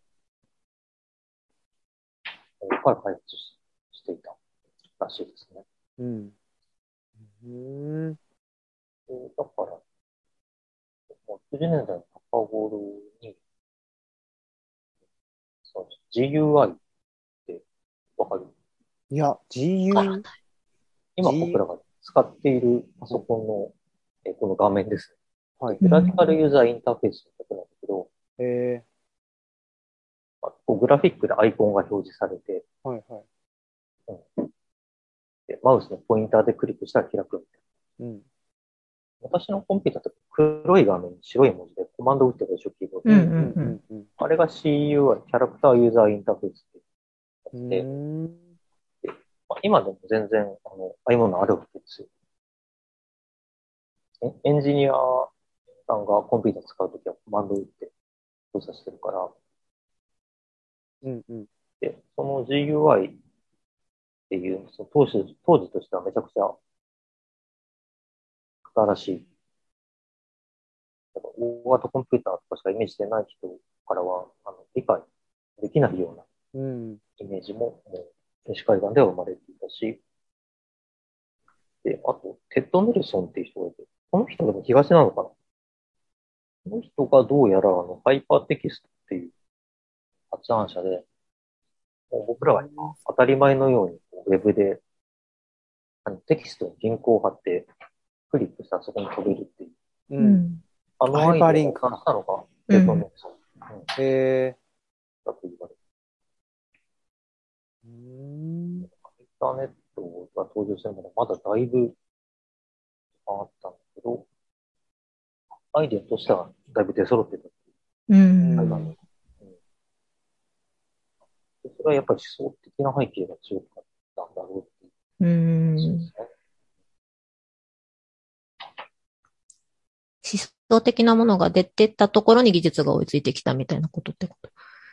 を、から開発していたらしいですね。 うん。うん。 だから、90年代の中頃に、その GUI ってわかる？ いや、 わからな GU、 い。 今僕 G、 らが使っているパソコンの、この画面ですね。 はい。 グラフィカルユーザーインターフェースのことなんだけど、 えこうグラフィックでアイコンが表示されて、 はいはい。 でマウスのポインターでクリックしたら開くみたいうん。 な。私のコンピューターって黒い画面に白い文字でコマンドを打ってるでしょ、キーボード。 うんうんうんうん。 あれが CUI、キャラクターユーザーインターフェースってう言って、 ーん。 今でも全然、ああいうものあるわけですよ。エンジニアさんがコンピューター使うときはコマンドを打って操作してるから、 うんうん。 で、その GUI っていう、その当時としてはめちゃくちゃ新しい。大型コンピューターとかしかイメージしてない人からは、理解できないようなうん。 イメージも、もう、西海岸では生まれていたし、 で、あと、テッド・ネルソンっていう人がいて、この人でも東なのかな。この人がどうやらハイパーテキストっていう発案者で、もう僕らは今当たり前のようにウェブでテキストに原稿を貼ってクリックしたらそこに飛べるっていう。 うん。 あのアイデアを出したのがテッド・ネルソン。だと言われて。インターネットが登場するまでまだだいぶあったんだけど、アイデアとしてはだいぶ出揃ってたっていう。それはやっぱり思想的な背景が強かったんだろうっていう。 思想的なものが出てったところに技術が追いついてきたみたいなことってこと。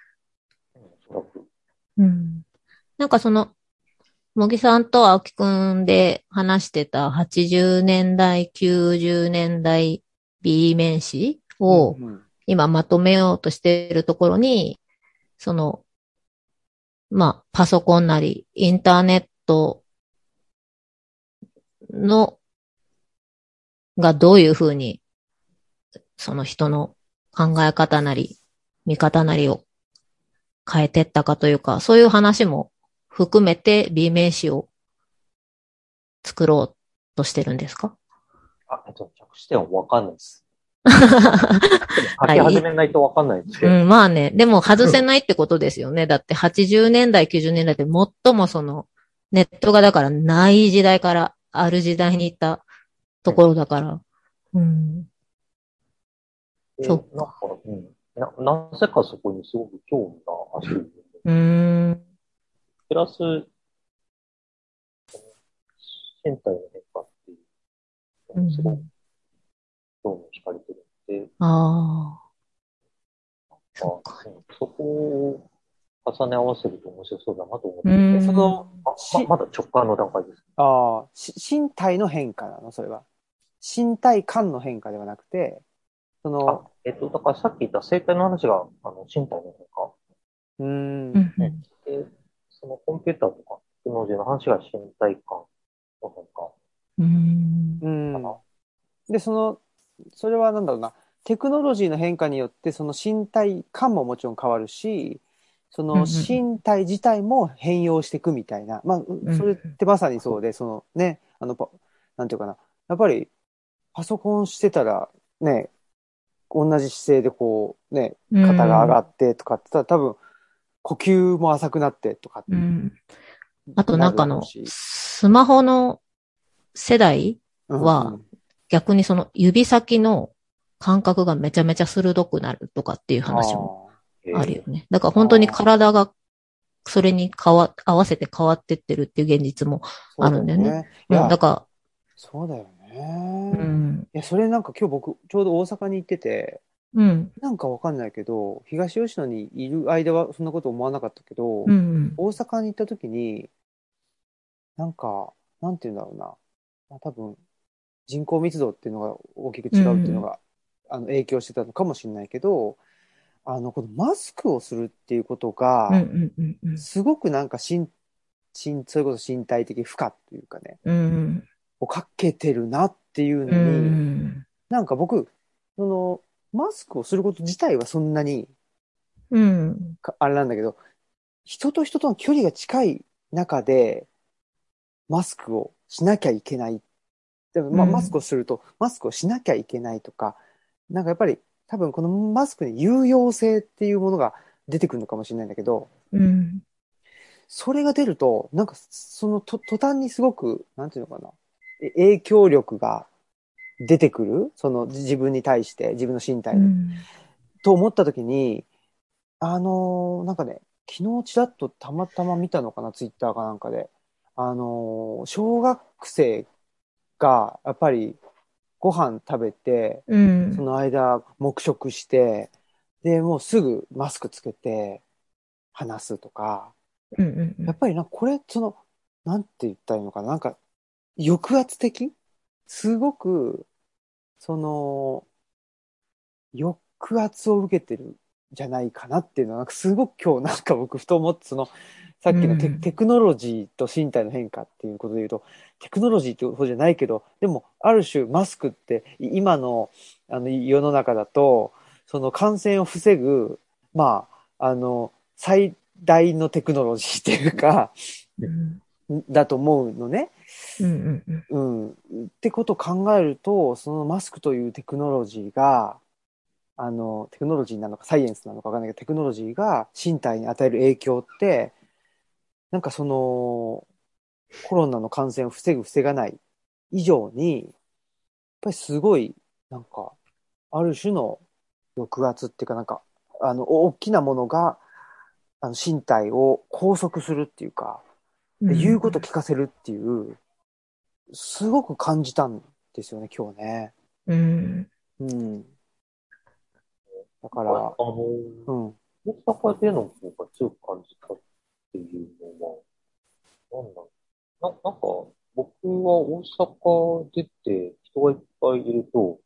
なんか茂木さんと青木くんで話してた80年代、90年代 B 面誌を今まとめようとしているところに、パソコンなり、インターネットがどういうふうに、その人の考え方なり、見方なりを変えてったかというか、そういう話も含めて B 名詞を作ろうとしてるんですか？ 着地点はわかんないです。書き始めないとわかんないんですけど。 まあね。でも外せないってことですよね。だって80年代、90年代って最もネットがだからない時代からある時代に行ったところだから。 そうか。なぜかそこにすごく興味が走る。プラス、身体の変化っていう、すごく興味惹かれてるんで、そこを重ね合わせると面白そうだなと思ってて、まだ直感の段階です。 身体の変化なのそれは。身体感の変化ではなくて、 だからさっき言った生体の話が、身体の変化。で、そのコンピューターとかテクノロジーの話が身体感の変化。 で、それはなんだろうな、テクノロジーの変化によってその身体感ももちろん変わるし、その身体自体も変容していくみたいな。それってまさにそうで、なんていうかな。やっぱり、パソコンしてたら、ね、同じ姿勢でこう、ね、肩が上がってとかって多分、呼吸も浅くなってとか。 あとスマホの世代は、逆に指先の感覚がめちゃめちゃ鋭くなるとかっていう話もあるよね。だから本当に体がそれに合わせて変わってってるっていう現実もあるんだよね。だから。 そうだよね。いや、それなんか今日僕ちょうど大阪に行ってて、なんかわかんないけど、東吉野にいる間はそんなこと思わなかったけど、大阪に行った時に、なんか、なんていうんだろうな。多分、人口密度っていうのが大きく違うっていうのが、影響してたのかもしれないけど、このマスクをするっていうことが、すごくなんかそれこそ身体的負荷というかね、をかけてるなっていうのに、なんか僕、マスクをすること自体はそんなに、あれなんだけど、人と人との距離が近い中で、マスクをしなきゃいけない。でもマスクをすると、マスクをしなきゃいけないとか、なんかやっぱり多分このマスクに有用性っていうものが出てくるのかもしれないんだけど、それが出ると、なんか途端にすごく、なんていうのかな、影響力が出てくる、自分に対して、自分の身体に、と思った時に、なんかね、昨日ちらっとたまたま見たのかな、ツイッターかなんかで、小学生がやっぱりご飯食べて、その間黙食して、で、もうすぐマスクつけて話すとか、やっぱりこれ、なんて言ったらいいのかな、なんか抑圧的？すごく、抑圧を受けてるじゃないかなっていうのは、なんかすごく今日なんか僕ふと思って、さっきのテクノロジーと身体の変化っていうことで言うと、テクノロジーってことじゃないけど、でもある種マスクって今の世の中だと、その感染を防ぐ、まあ、最大のテクノロジーっていうか、だと思うのね。ってことを考えると、そのマスクというテクノロジーが、テクノロジーなのかサイエンスなのかわかんないけど、テクノロジーが身体に与える影響って、なんかコロナの感染を防がない以上に、やっぱりすごい、なんか、ある種の抑圧っていうかなんか、大きなものが、身体を拘束するっていうか、言うこと聞かせるっていう、すごく感じたんですよね、今日ね。だから、 大阪での方が強く感じたっていうのは、なんか、僕は大阪出て人がいっぱいいると、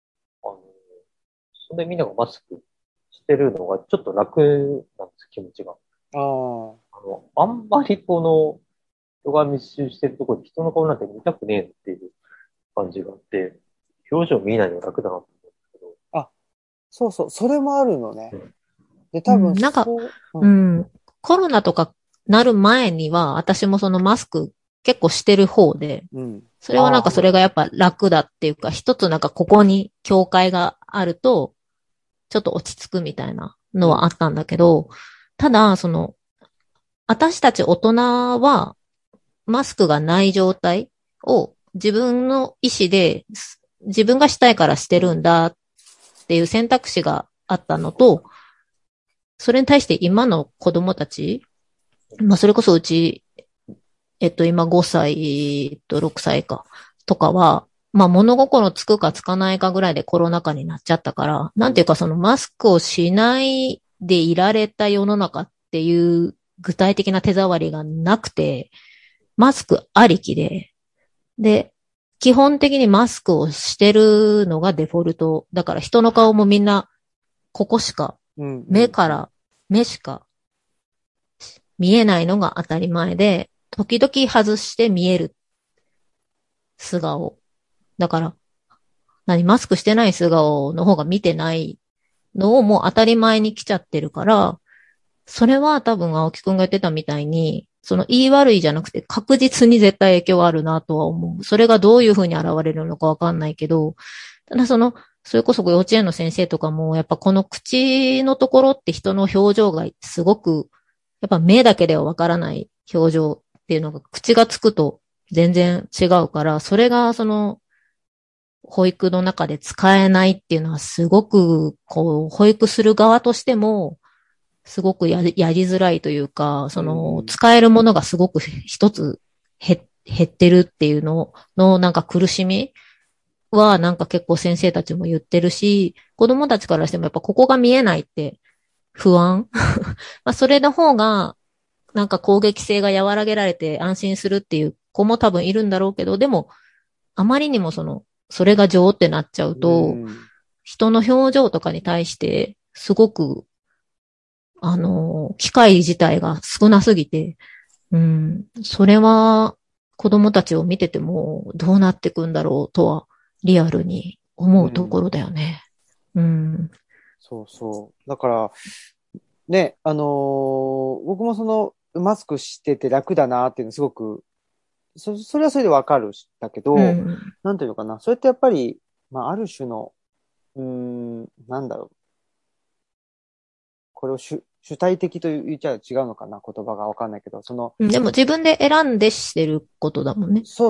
そんでみんながマスクしてるのがちょっと楽なんです、気持ちが。あんまり人が密集してるところで人の顔なんて見たくねえっていう感じがあって、表情見えないのが楽だなと思うんですけど。 そうそう、それもあるのね。で、 多分なんか、コロナとかなる前には、私もそのマスク結構してる方で、それはなんかそれがやっぱ楽だっていうか、一つなんかここに境界があると、ちょっと落ち着くみたいなのはあったんだけど、ただ、私たち大人は、マスクがない状態を自分の意思で、自分がしたいからしてるんだっていう選択肢があったのと、それに対して今の子供たち、それこそうち、今5歳と6歳か、とかは、物心つくかつかないかぐらいでコロナ禍になっちゃったから、なんていうかマスクをしないでいられた世の中っていう具体的な手触りがなくて、マスクありきで、基本的にマスクをしてるのがデフォルト。だから人の顔もみんな、ここしか、目しか見えないのが当たり前で、時々外して見える素顔。だから、マスクしてない素顔の方が見てないのをもう当たり前に来ちゃってるから、それは多分青木くんが言ってたみたいに、言い悪いじゃなくて確実に絶対影響あるなとは思う。それがどういうふうに現れるのかわかんないけど、ただそれこそ幼稚園の先生とかも、やっぱこの口のところって人の表情がすごく、やっぱ目だけではわからない表情っていうのが口がつくと全然違うから、それが保育の中で使えないっていうのはすごく、保育する側としても、すごくやりづらいというか、使えるものがすごく一つ減ってるっていうののなんか苦しみはなんか結構先生たちも言ってるし、子供たちからしてもやっぱここが見えないって不安それの方がなんか攻撃性が和らげられて安心するっていう子も多分いるんだろうけど、でもあまりにもそれが情ってなっちゃうと、人の表情とかに対してすごく機会自体が少なすぎて、それは子供たちを見ててもどうなっていくんだろうとはリアルに思うところだよね。 そうそう。だから、ね、僕もマスクしてて楽だなっていうのすごく、それはそれでわかるんだけど、なんていうのかな。それってやっぱり、ある種の、なんだろう。これを主体的と言っちゃ違うのかな、言葉がわかんないけど、 でも自分で選んでしてることだもんね。 そう。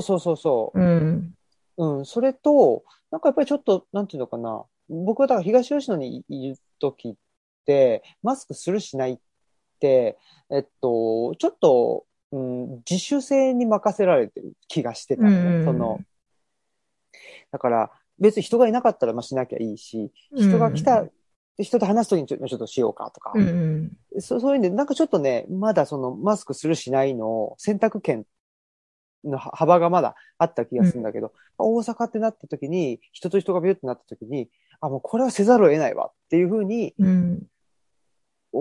それと、なんかやっぱりちょっと、なんていうのかな。僕はだから東吉野にいるときって、マスクするしないって、ちょっと、自主性に任せられてる気がしてたのね。だから、別に人がいなかったらしなきゃいいし、人が来た、人と話すときにちょっとしようかとか、そういうんで、なんかちょっとね、まだマスクするしないの選択権の幅がまだあった気がするんだけど、大阪ってなったときに、人と人がビューってなったときに、もうこれはせざるを得ないわっていうふうに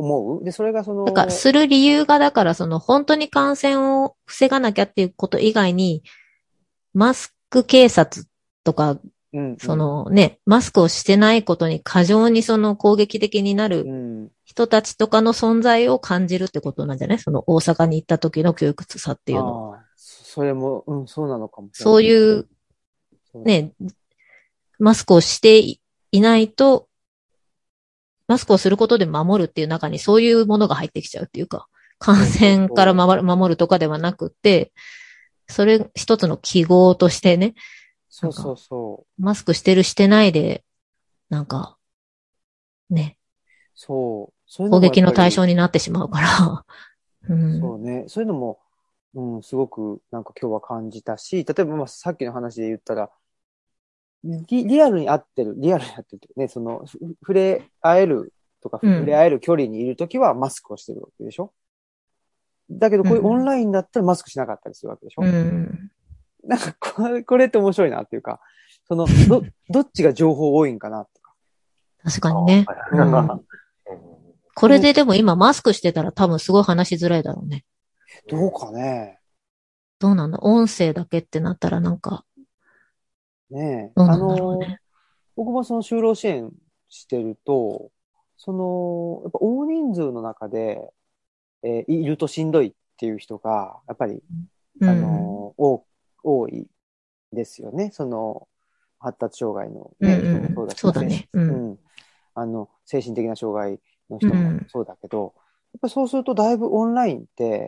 思う。で、それがその、 なんか、する理由が、だから、本当に感染を防がなきゃっていうこと以外に、マスク警察とか、 うんマスクをしてないことに過剰に攻撃的になる人たちとかの存在を感じるってことなんじゃない？大阪に行った時の窮屈さっていうのは。 それも、そうなのかもしれない。 そういう、ね、マスクをしていないと、マスクをすることで守るっていう中にそういうものが入ってきちゃうっていうか、感染から守るとかではなくて、それ一つの記号としてね、マスクしてるしてないで、なんか、ね。 そういう攻撃の対象になってしまうから。 そうね。そういうのも、すごくなんか今日は感じたし、例えばさっきの話で言ったら、リアルに会ってるね、触れ合えるとか、触れ合える距離にいるときはマスクをしてるわけでしょ？だけど、こういうオンラインだったらマスクしなかったりするわけでしょ？なんかこれって面白いなっていうか、どっちが情報多いんかなとか。 確かにね。これででも今マスクしてたら多分すごい話しづらいだろうね。 どうかね。 どうなんだ？音声だけってなったらなんか。 ねえ。 どうなんだろうね。 僕も就労支援してると、やっぱ大人数の中で、いるとしんどいっていう人が、やっぱり、多いですよね。発達障害のね、人もそうだし、 そうだね。 精神的な障害の人もそうだけど、やっぱそうするとだいぶオンラインって、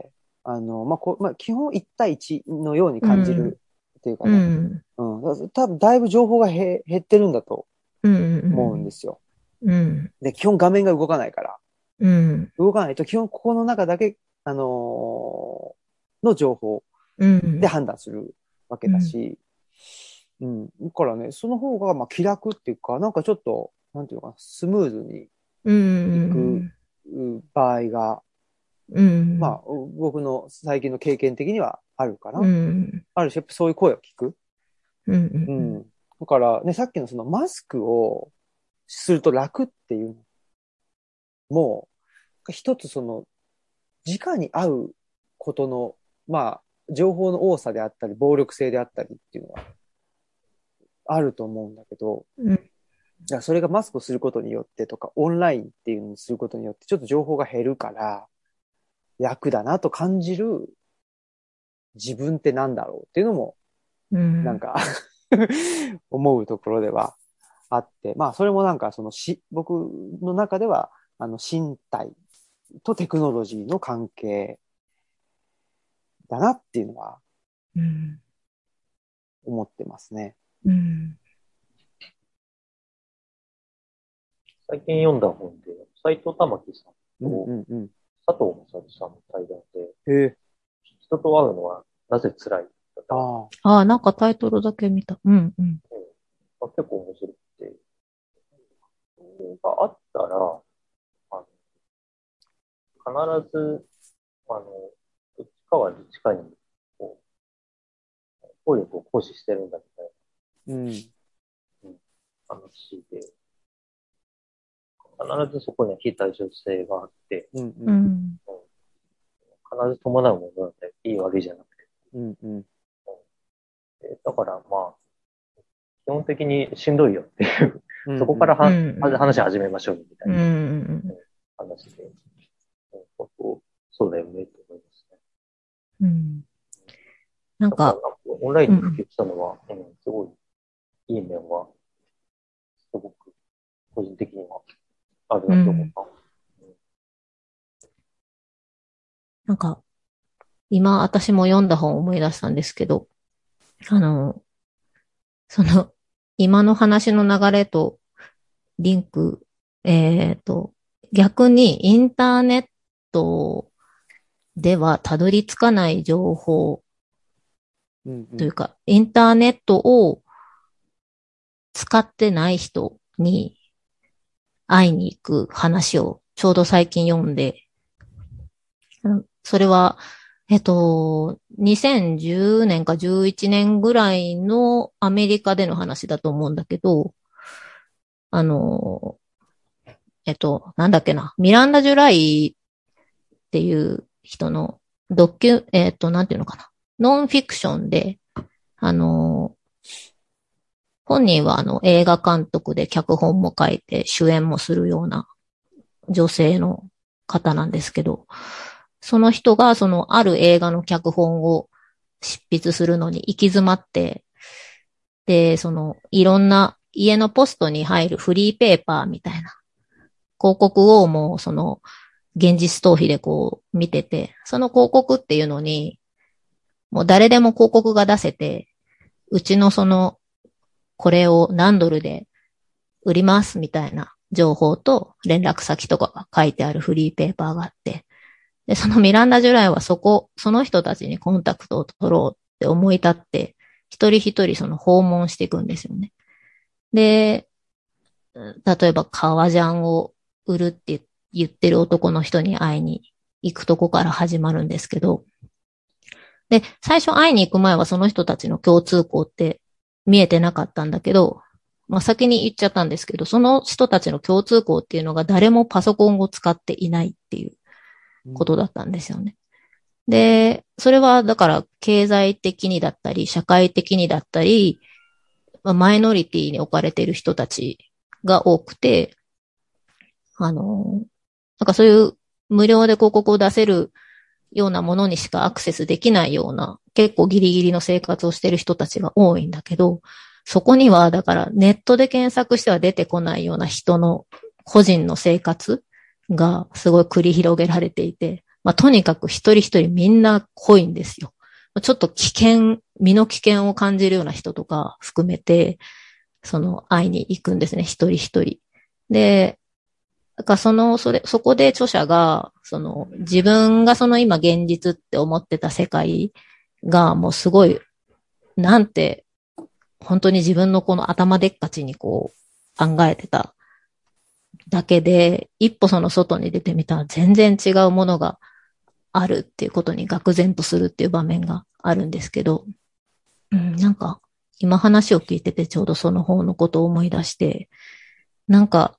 基本1対1のように感じるっていうかね、多分だいぶ情報が減ってるんだと思うんですよ。で、基本画面が動かないから、動かないと基本ここの中だけ、の情報で判断するわけだし、だからね、その方が気楽っていうか、なんかちょっと、なんていうのかな、スムーズにいく場合が、僕の最近の経験的にはあるかな。あるし、やっぱそういう声を聞く。だからね、さっきのマスクをすると楽っていうのも、一つ直に会うことの、情報の多さであったり、暴力性であったりっていうのはあると思うんだけど、それがマスクをすることによってとか、オンラインっていうのにすることによって、ちょっと情報が減るから、楽だなと感じる自分ってなんだろうっていうのも、なんか思うところではあって、それもなんか僕の中では、身体とテクノロジーの関係だなっていうのは、思ってますね。 最近読んだ本で、斎藤環さんと佐藤勝さんの対談で、人と会うのはなぜ辛いだなんかタイトルだけ見た。結構面白くて、それがあったら、必ず、どっちかはどっちかに、効力を行使してるんだみたいな、話で、必ずそこには非対称性があって、必ず伴うものなんていいわけじゃなくて。だから基本的にしんどいよっていう、そこから話し始めましょうみたいな話で、そうだよねと思いますね。 なんか、 オンラインに普及したのは、すごいいい面は、すごく個人的にはあるなと思った。 なんか、今私も読んだ本を思い出したんですけど、今の話の流れとリンク、逆にインターネットではたどり着かない情報というか、インターネットを使ってない人に会いに行く話をちょうど最近読んで、それは、2010年か11年ぐらいのアメリカでの話だと思うんだけど、 なんだっけな、ミランダ・ジュライっていう人のなんていうのかな、ノンフィクションで、本人は映画監督で脚本も書いて主演もするような女性の方なんですけど、その人がそのある映画の脚本を執筆するのに行き詰まって、で、いろんな家のポストに入るフリーペーパーみたいな広告をもう現実逃避でこう見てて、その広告っていうのに、もう誰でも広告が出せて、うちのこれを何ドルで売りますみたいな情報と連絡先とかが書いてあるフリーペーパーがあって、で、そのミランダ・ジュライはその人たちにコンタクトを取ろうって思い立って、一人一人訪問していくんですよね。で、例えば革ジャンを売るって言ってる男の人に会いに行くとこから始まるんですけど、で、最初会いに行く前はその人たちの共通項って見えてなかったんだけど、まあ、先に言っちゃったんですけど、その人たちの共通項っていうのが誰もパソコンを使っていないっていうことだったんですよね。で、それはだから経済的にだったり、社会的にだったり、マイノリティに置かれている人たちが多くて、なんかそういう無料で広告を出せるようなものにしかアクセスできないような、結構ギリギリの生活をしている人たちが多いんだけど、そこにはだからネットで検索しては出てこないような人の個人の生活がすごい繰り広げられていて、まあとにかく一人一人みんな濃いんですよ。ちょっと身の危険を感じるような人とか含めて、会いに行くんですね、一人一人。で、だからそこで著者が、自分が今現実って思ってた世界がもうすごい、なんて、本当に自分のこの頭でっかちにこう考えてただけで、一歩外に出てみたら全然違うものがあるっていうことに愕然とするっていう場面があるんですけど、なんか今話を聞いててちょうどその方のことを思い出して、なんか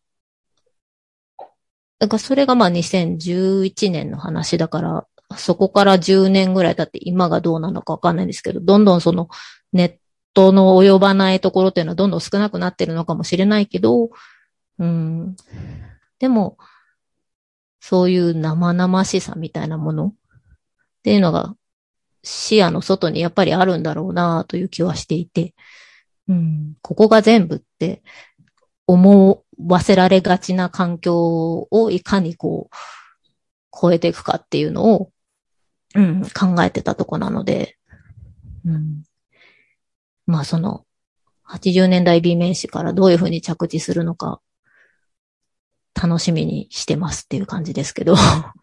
それがまあ2011年の話だから、そこから10年ぐらい経って今がどうなのかわかんないんですけど、どんどんネットの及ばないところっていうのはどんどん少なくなってるのかもしれないけど、でも、そういう生々しさみたいなものっていうのが視野の外にやっぱりあるんだろうなという気はしていて、ここが全部って思わせられがちな環境をいかにこう超えていくかっていうのを、考えてたとこなので、まあ80年代 B 面誌からどういうふうに着地するのか楽しみにしてますっていう感じですけど。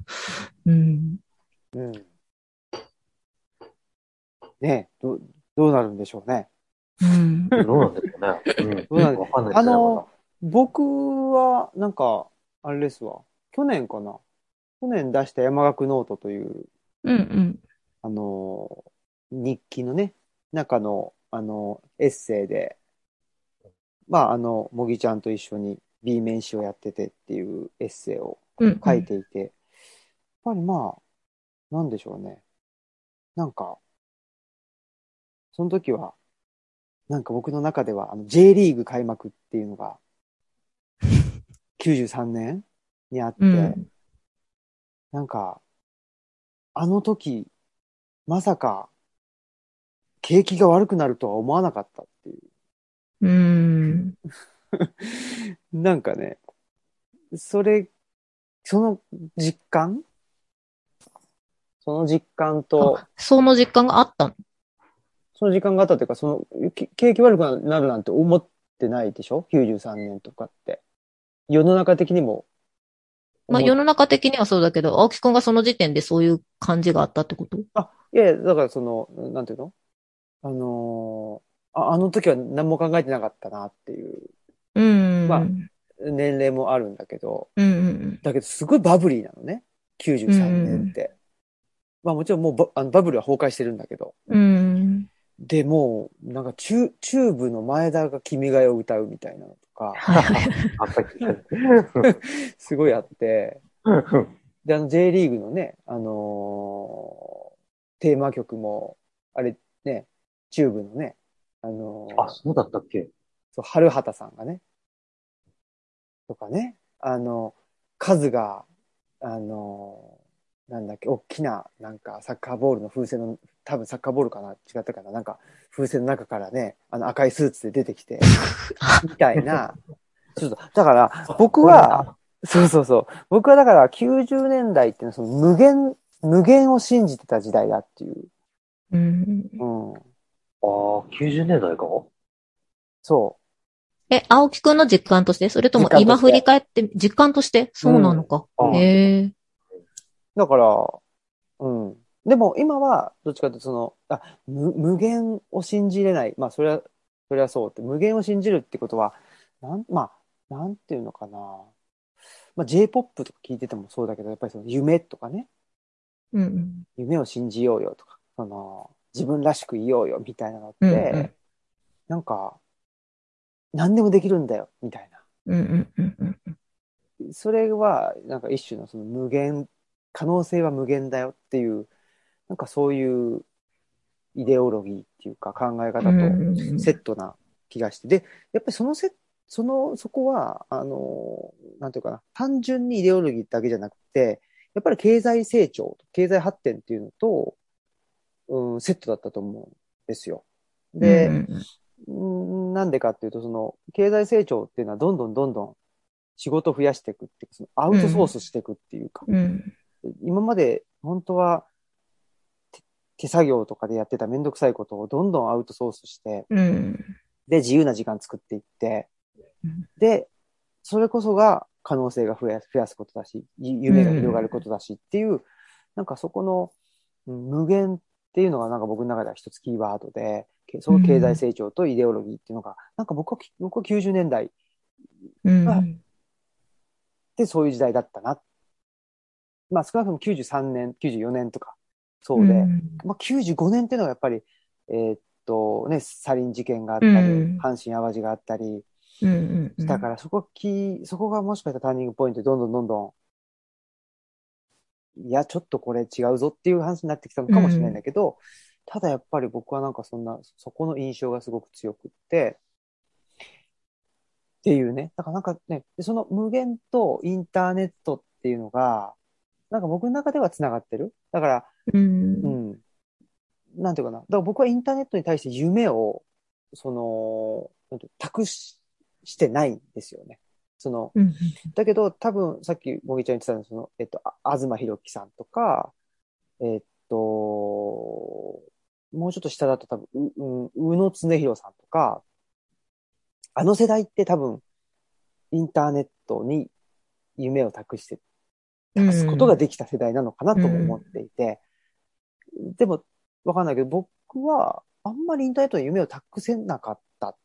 ねえ、どうなるんでしょうね。 どうなんですかね。どうなんですか。 僕は、なんか、あれですわ。去年かな。去年出した山岳ノートという、日記のね、中の、エッセイで、まあ、もぎちゃんと一緒に B 面誌をやっててっていうエッセイを書いていて、やっぱりまあ、なんでしょうね。なんか、その時は、なんか僕の中では、J リーグ開幕っていうのが、93年にあって、なんか、あの時、まさか、景気が悪くなるとは思わなかったっていう。なんかね、その実感と、 その実感があったの？ その時間があったというか、景気悪くなるなんて思ってないでしょ ?93 年とかって。世の中的にも。 まあ世の中的にはそうだけど、青木くんがその時点でそういう感じがあったってこと？ いやいや、だからなんていうのあの時は何も考えてなかったなっていう。まあ、年齢もあるんだけど、だけどすごいバブリーなのね。93年って。まあもちろんもうバブルは崩壊してるんだけど。 で、もう、なんかチューブの前田が君が代を歌うみたいなのとか、すごいあって、で、J リーグのね、テーマ曲も、あれね、チューブのね、 あ、そうだったっけ？ そう、春畑さんがね、とかね、カズが、なんだっけ、大きな、なんか、サッカーボールの風船の、多分サッカーボールかな違ったかななんか、風船の中からね、赤いスーツで出てきて、みたいな、ちょっと、だから、僕は、そうそうそう、僕はだから90年代っていうのはその無限を信じてた時代だっていう。 うん。 うん。 ああ、90年代か？ そ青木くんの実感としてそれとう。実も感として。 今振り返って実感としてそうなのか。 うん。 へえ。 だから、うん。でも今は、どっちかというと無限を信じれない。まあ、それはそうって、無限を信じるってことは、なんていうのかな。まあ、J-POP とか聞いててもそうだけど、やっぱりその夢とかね、 うん。 夢を信じようよとか、自分らしくいようよみたいなのっうんうて、 ん。 なんか、何でもできるんだよ、みたいな。 うんうんうんうん。 それは、なんか一種のその無限、可能性は無限だよっていう、なんかそういうイデオロギーっていうか考えう方とセんットな気がして。で、やっぱりそこは、なんていうかな、単純にイデオロギーだけじゃなくて、やっぱり経済成長、経済発展っていうのと、セットだったと思うんですよ。 うんうで、 んなんでかっていうと、その、経済成長っていうのはどんどんどんどん仕事を増やしていくっていう、そのアウトソースしていくっていうか、 うん。 今まで本当は手作業とかでやってためんどくさいことをどんどんアウトソースして、 うん。 で、自由な時間作っていって、で、それこそが可能性が増やすことだし、夢が広がることだしっていう、なんかそこの無限っていうのがなんか僕の中では一つキーワードで、その経済成長とイデオロギーっていうのが、なんか僕は90年代が、でそういう時代だったな。まあ少なくとも93年、94年とか、そうで、まあ95年っていうのはやっぱり、サリン事件があったり、阪神淡路があったりしたから、そこがもしかしたらターニングポイントでどんどんどんどん、いや、ちょっとこれ違うぞっていう話になってきたのかもしれないんだけど、ただやっぱり僕はなんかそこの印象がすごく強くって、っていうね。だからなんかね、その無限とインターネットっていうのが、なんか僕の中では繋がってる。だから、うん。なんていうかな。だから僕はインターネットに対して夢を、なんていうしてないんですよね。だけど多分さっきもぎちゃん言ってたの東博樹さんとか、えっもうちょっと下だと多分、宇野恒弘さんとか、あの世代って多分、インターネットに夢を託すことができた世代なのかなとも思っていて、でも、わかんないけど、僕は、あんまりインターネットに夢を託せなかった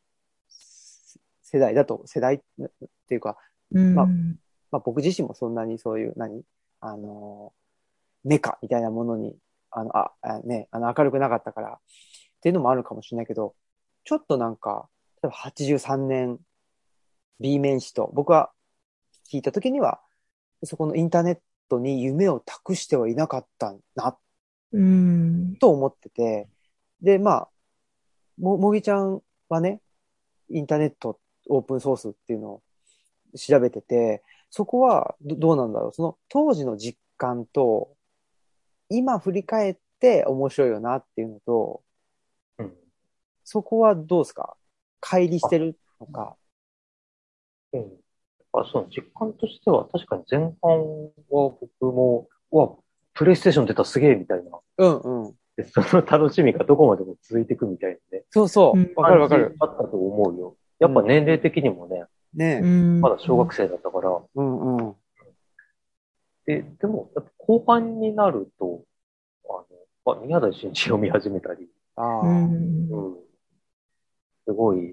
世代っていうか、まあ、僕自身もそんなにそういう、あの、メカみたいなものに、明るくなかったから、っていうのもあるかもしれないけど、ちょっとなんか、例えば83年 B 面誌と、僕は聞いたときには、そこのインターネットに夢を託してはいなかったな、と思ってて、で、まあ、もぎちゃんはね、インターネットオープンソースっていうのを調べてて、そこはどうなんだろう。その当時の実感と、今振り返って面白いよなっていうのと、 うん。 そこはどうですか？乖離してるのか。 うん。そう、実感としては、確かに前半は僕も、プレイステーション出たすげえみたいな。 うんうん。 で、その楽しみがどこまでも続いていくみたいなね。 そうそう。わかる感じわかる。 あったと思うよ。やっぱ年齢的にもね、 ねえ。 まだ小学生だったから。 うんうん。 でも、やっぱ後半になると、宮台真司を見始めたり、 ああ。 うん、すごい、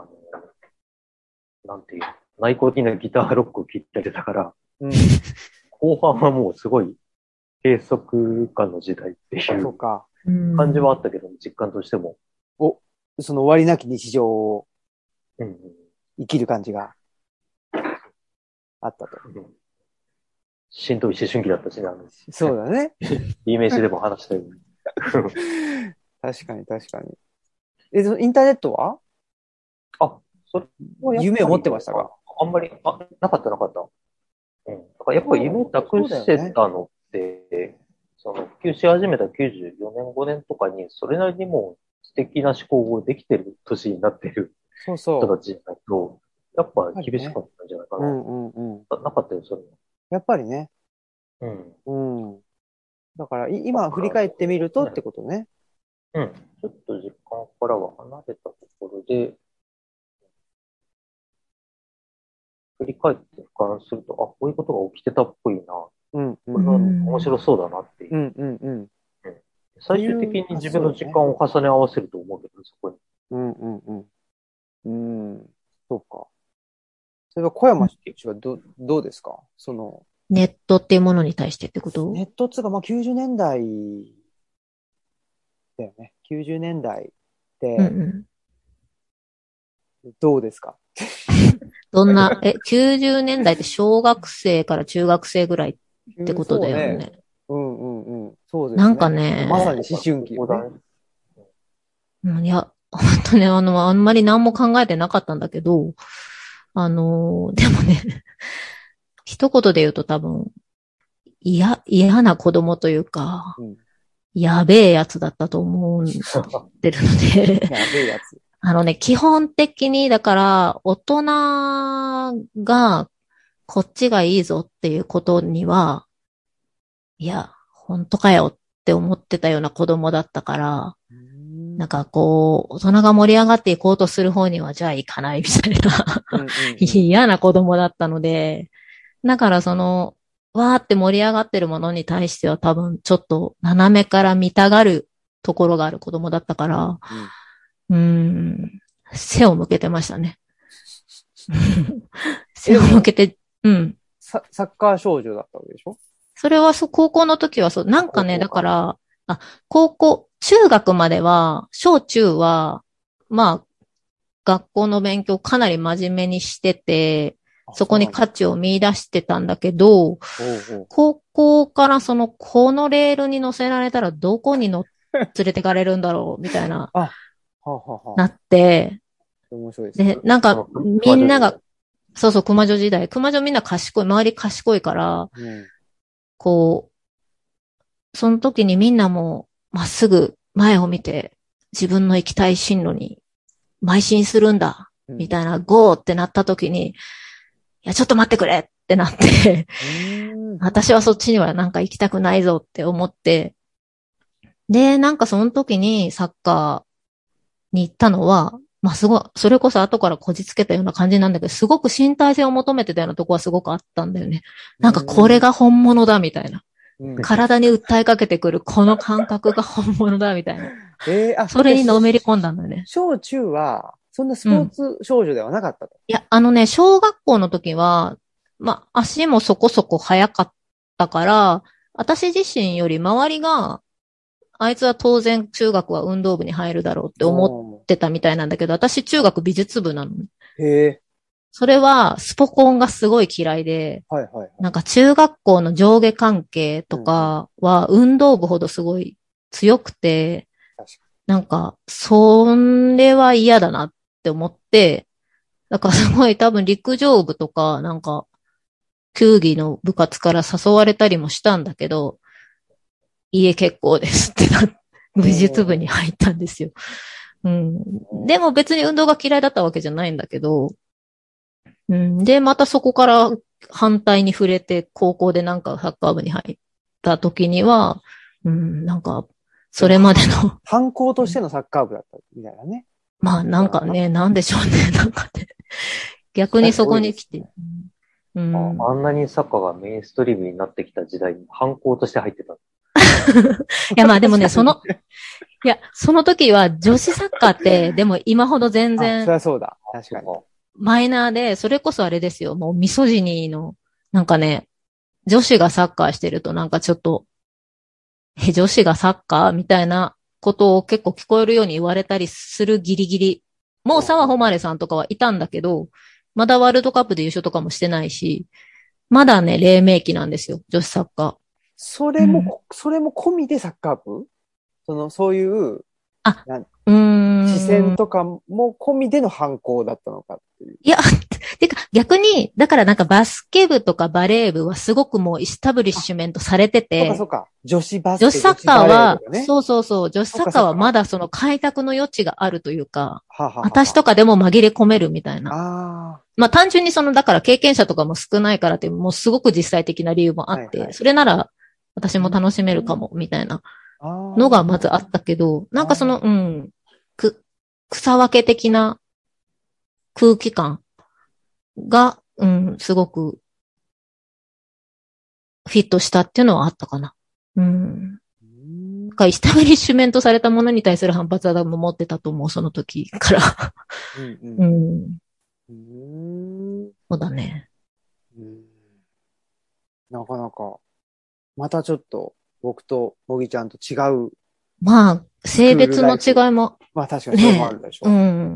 なんていう、内向的なギターロックを聴いたりだから、 うん。 後半はもうすごい閉塞感の時代っていうそうか。 感じはあったけど、実感としても。 その終わりなき日常をうん生きる感じがあったと。 しんどい思春期だったしね、 そうだね。 いい名詞でも話したように。 確かに確かに。そのインターネットはあ、それはやっぱり夢を持ってましたか？ あんまり、なかった。うん。だからやっぱり夢託してたのって、普及し始めた94年、5年とかに、それなりにもう素敵な思考ができてる年になってるそうそ人たちじゃないと、やっぱ厳しかったんじゃないかな。なかったよ、それやっぱりね。だから、今振り返ってみるとってことね。 ちょっと時間からは離れたところで、振り返って俯瞰すると、こういうことが起きてたっぽいな。これは面白そうだなっていう。最終的に自分の時間を重ね合わせると思うけど、そこに。 そうか。それは小山氏はどうですか？ ネットっていうものに対してってこと？ ネットっていうか、90年代だよね。90年代で、どうですか？ どんな、90年代って小学生から中学生ぐらいってことだよね。 そうですね。 なんかね。 まさに思春期、 いや、本当ね、あんまり何も考えてなかったんだけど、でもね、一言で言うと多分、嫌な子供というか、やべえやつだったと思ってるので、 やべえやつ。 基本的に、だから、大人が、こっちがいいぞっていうことには、いや、本当かよって思ってたような子供だったから、なんかこう、大人が盛り上がっていこうとする方には、じゃあ行かないみたいな、嫌な子供だったので、だからわーって盛り上がってるものに対しては多分ちょっと斜めから見たがるところがある子供だったから、背を向けてましたね。背を向けて、 サッカー少女だったわけでしょ？ それは高校の時はなんかね、だから、中学までは、小中は、まあ、学校の勉強かなり真面目にしてて、そこに価値を見出してたんだけど、高校からこのレールに乗せられたらどこに連れてかれるんだろう、みたいな、なって、で、なんか、みんなが、熊女時代。熊女みんな周り賢いから、こう、その時にみんなもまっすぐ前を見て、自分の行きたい進路に邁進するんだ、みたいな、ゴーってなった時に、いや、ちょっと待ってくれってなって、私はそっちにはなんか行きたくないぞって思って、で、なんかその時にサッカーに行ったのは、すごい、それこそ後からこじつけたような感じなんだけど、すごく身体性を求めてたようなとこはすごくあったんだよね。なんかこれが本物だみたいな。体に訴えかけてくるこの感覚が本物だみたいな。それにのめり込んだんだよね。 小中は、そんなスポーツ少女ではなかったと。 いや、小学校の時は、足もそこそこ速かったから、私自身より周りが、あいつは当然中学は運動部に入るだろうって思ってたみたいなんだけど、私中学美術部なの。それはスポコンがすごい嫌いで、なんか中学校の上下関係とかは運動部ほどすごい強くて、なんか、それは嫌だなって思って、だからすごい多分陸上部とか、なんか、球技の部活から誘われたりもしたんだけど、家結構ですって美術部に入ったんですよ。でも別に運動が嫌いだったわけじゃないんだけど、で、またそこから反対に触れて、高校でなんかサッカー部に入った時には、なんか、それまでの。 反抗としてのサッカー部だったみたいなね。 なんかね、なんでしょうね、なんかね。逆にそこに来て。 あんなにサッカーがメインストリームになってきた時代に反抗として入ってた。 いや、でもね、その時は女子サッカーって、でも今ほど全然。 そりゃそうだ。確かに。 マイナーで、それこそあれですよ、もうミソジニーの、なんかね、女子がサッカーしてるとなんかちょっと、女子がサッカーみたいなことを結構聞こえるように言われたりするギリギリ。もう澤穂希さんとかはいたんだけど、まだワールドカップで優勝とかもしてないし、まだね、黎明期なんですよ、女子サッカー。 それも込みでサッカー部そういう、視線とかも込みでの反抗だったのかっていう。 いや、てか逆に、だからなんかバスケ部とかバレー部はすごくもうイスタブリッシュメントされてて、 そうか。女子バスケ、 女子サッカーは、 ね、 そう、女子サッカーはまだその開拓の余地があるというか、私とかでも紛れ込めるみたいな。まあ単純にだから経験者とかも少ないからっていう、もうすごく実際的な理由もあって、それなら私も楽しめるかも、みたいなのがまずあったけど、なんか草分け的な空気感が、すごくフィットしたっていうのはあったかな。イスタブリッシュメントされたものに対する反発は多分持ってたと思う、その時から。そうだね。 なかなか、またちょっと僕ともぎちゃんと違う。 まあ、性別の違いも。 まあ確かにそれもあるでしょう。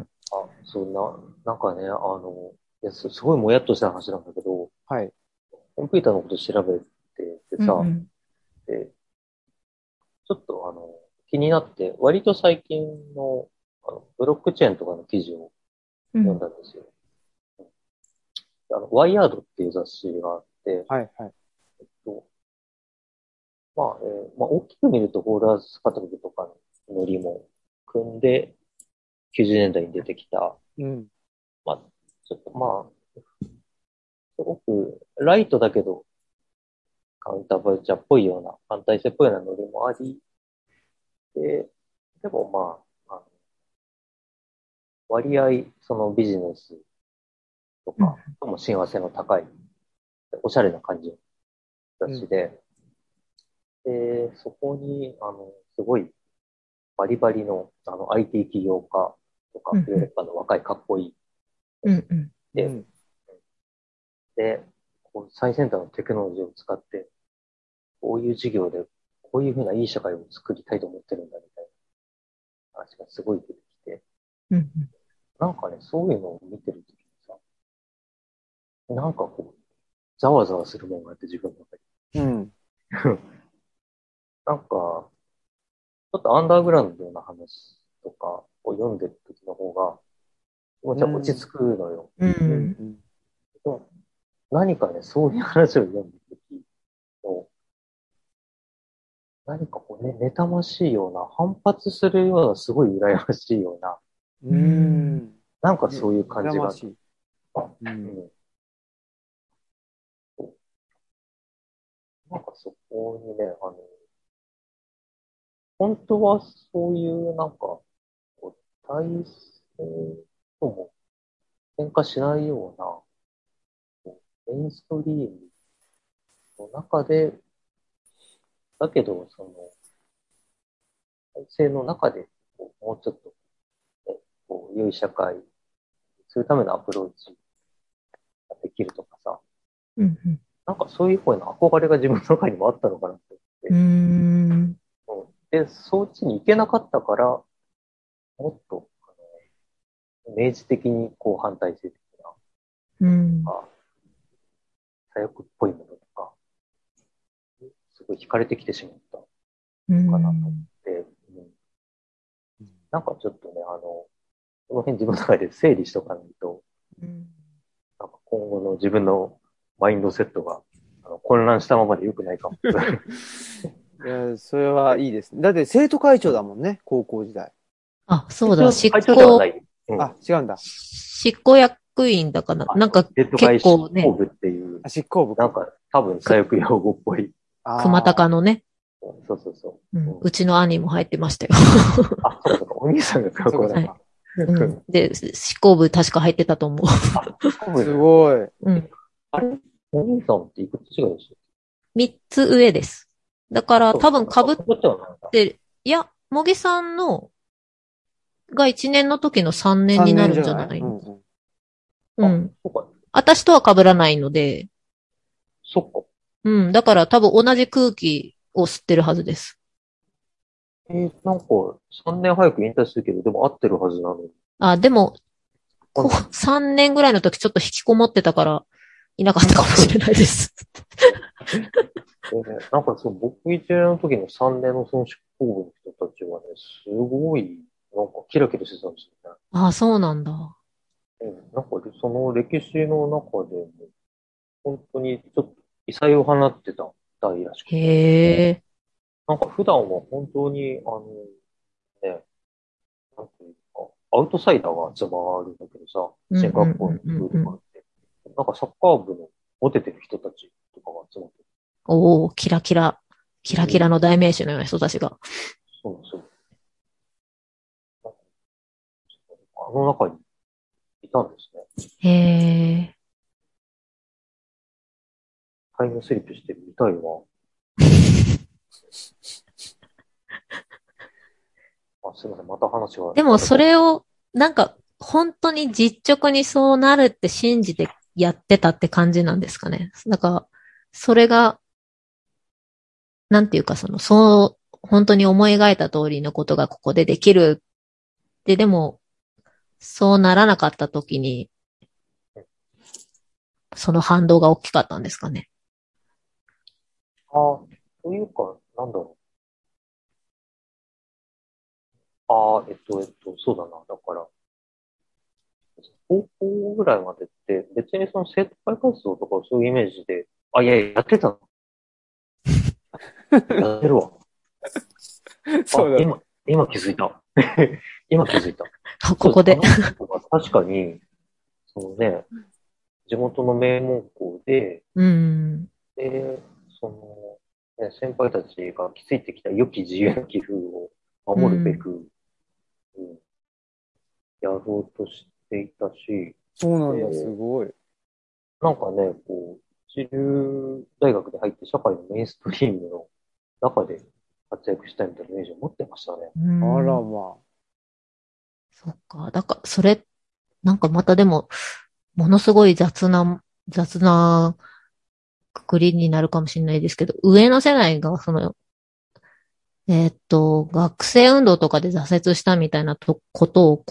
なんかね、すごいもやっとした話なんだけど、 はい。 コンピューターのこと調べててさ、でちょっと気になって、割と最近のブロックチェーンとかの記事を読んだんですよ。ワイヤードっていう雑誌があって、 はいはい。 大きく見るとホールアーズカタログとかのノリも組んで、90年代に出てきた、ちょっとすごくライトだけど、カウンターバルチャーっぽいような、反体制っぽいようなノリもあり、でも割合、そのビジネスとか、とも親和性の高い、おしゃれな感じの雑誌で、そこに、すごい、バリバリの、IT 起業家とか、ヨーロッパの若いかっこいい。で、最先端のテクノロジーを使って、こういう事業で、こういうふうないい社会を作りたいと思ってるんだみたいな話がすごい出てきて、なんかね、そういうのを見てるときにさ、なんかざわざわするものがあって自分の中に。なんか、ちょっとアンダーグラウンドな話とかを読んでるときの方が、気持ちは落ち着くのよ。でも何かね、そういう話を読んでるときの、何か妬ましいような、反発するような、すごい羨ましいような、なんかそういう感じが。なんかそこにね、本当はそういうなんか、体制とも喧嘩しないような、メインストリームの中で、だけど、体制の中で、もうちょっと、良い社会、するためのアプローチができるとかさ、なんかそういう声の憧れが自分の中にもあったのかなって思って。で、そっちに行けなかったから、もっと、明示的に反対性的な、左翼っぽいものとか、すごい惹かれてきてしまったのかなと思って、なんかちょっとね、この辺自分の中で整理しとかないと、なんか今後の自分のマインドセットが混乱したままで良くないかも。 いや、それはいいですね。だって生徒会長だもんね、高校時代。 あ、そうだ、執行。 違うんだ。 執行役員だかな。なんか結構ね。 執行部っていう。 執行部。 なんか多分左翼用語っぽい。 熊高のね。 そう。 うちの兄も入ってましたよ。 そうか、お兄さんが熊高だ。 で、執行部確か入ってたと思う。 すごい。 あれお兄さんっていくつ違いでしたっけ ?3 つ上です。だから多分被って、いや、茂木さんのが1年の時の3年になるんじゃないの？私とは被らないので。 そっか。 だから多分同じ空気を吸ってるはずです。 なんか、3年早く引退するけど、でも合ってるはずなのに。 あ、でも、3年ぐらいの時ちょっと引きこもってたから、いなかったかもしれないです。 なんかそう、僕1年の時の3年のその執行部の人たちはね、すごい、なんかキラキラしてたんですよね。 あ、そうなんだ。 なんかその歴史の中でも、本当にちょっと異彩を放ってた代らしくて。 へえ。 なんか普段は本当に、ね、なんていうか、アウトサイダーが集まるんだけどさ、 うん進うんうん学校のうんうん。 部とかって、なんかサッカー部のモテてる人たちとかが集まっておお、キラキラ。キラキラる。 の代名詞のような人たちが。 そうそう。あの中にいたんですね。 へえ。 タイムスリップしてみたいわ。すいません、また話が。 でもそれを、なんか、本当に実直にそうなるって信じてやってたって感じなんですかね。なんか、それが、なんていうか本当に思い描いた通りのことがここでできるって、でも、そうならなかった時に、その反動が大きかったんですかね。 というか、なんだろう。そうだな。だから、高校ぐらいまでって、別にその生徒会活動とかそういうイメージで、いやいや、やってたの。やってるわ。 そうだ。 今気づいた。今気づいた。そうです。あここで。 の子は確かに、そのね、地元の名門校で、 うん。 で、その、ね、先輩たちが築いてきた良き自由な気風を守るべうん。 く、うん、やろうとしていたし、 そうなんだ、すで、 ごい。 なんかね、こう、一流大学で入って社会のメインストリームの中で活躍したいみたいなイメージを持ってましたね。 うあら、 ん。 まそっか。だから、それ、なんかまたでも、ものすごい雑なくくりになるかもしれないですけど、上の世代が、学生運動とかで挫折したみたいなことを、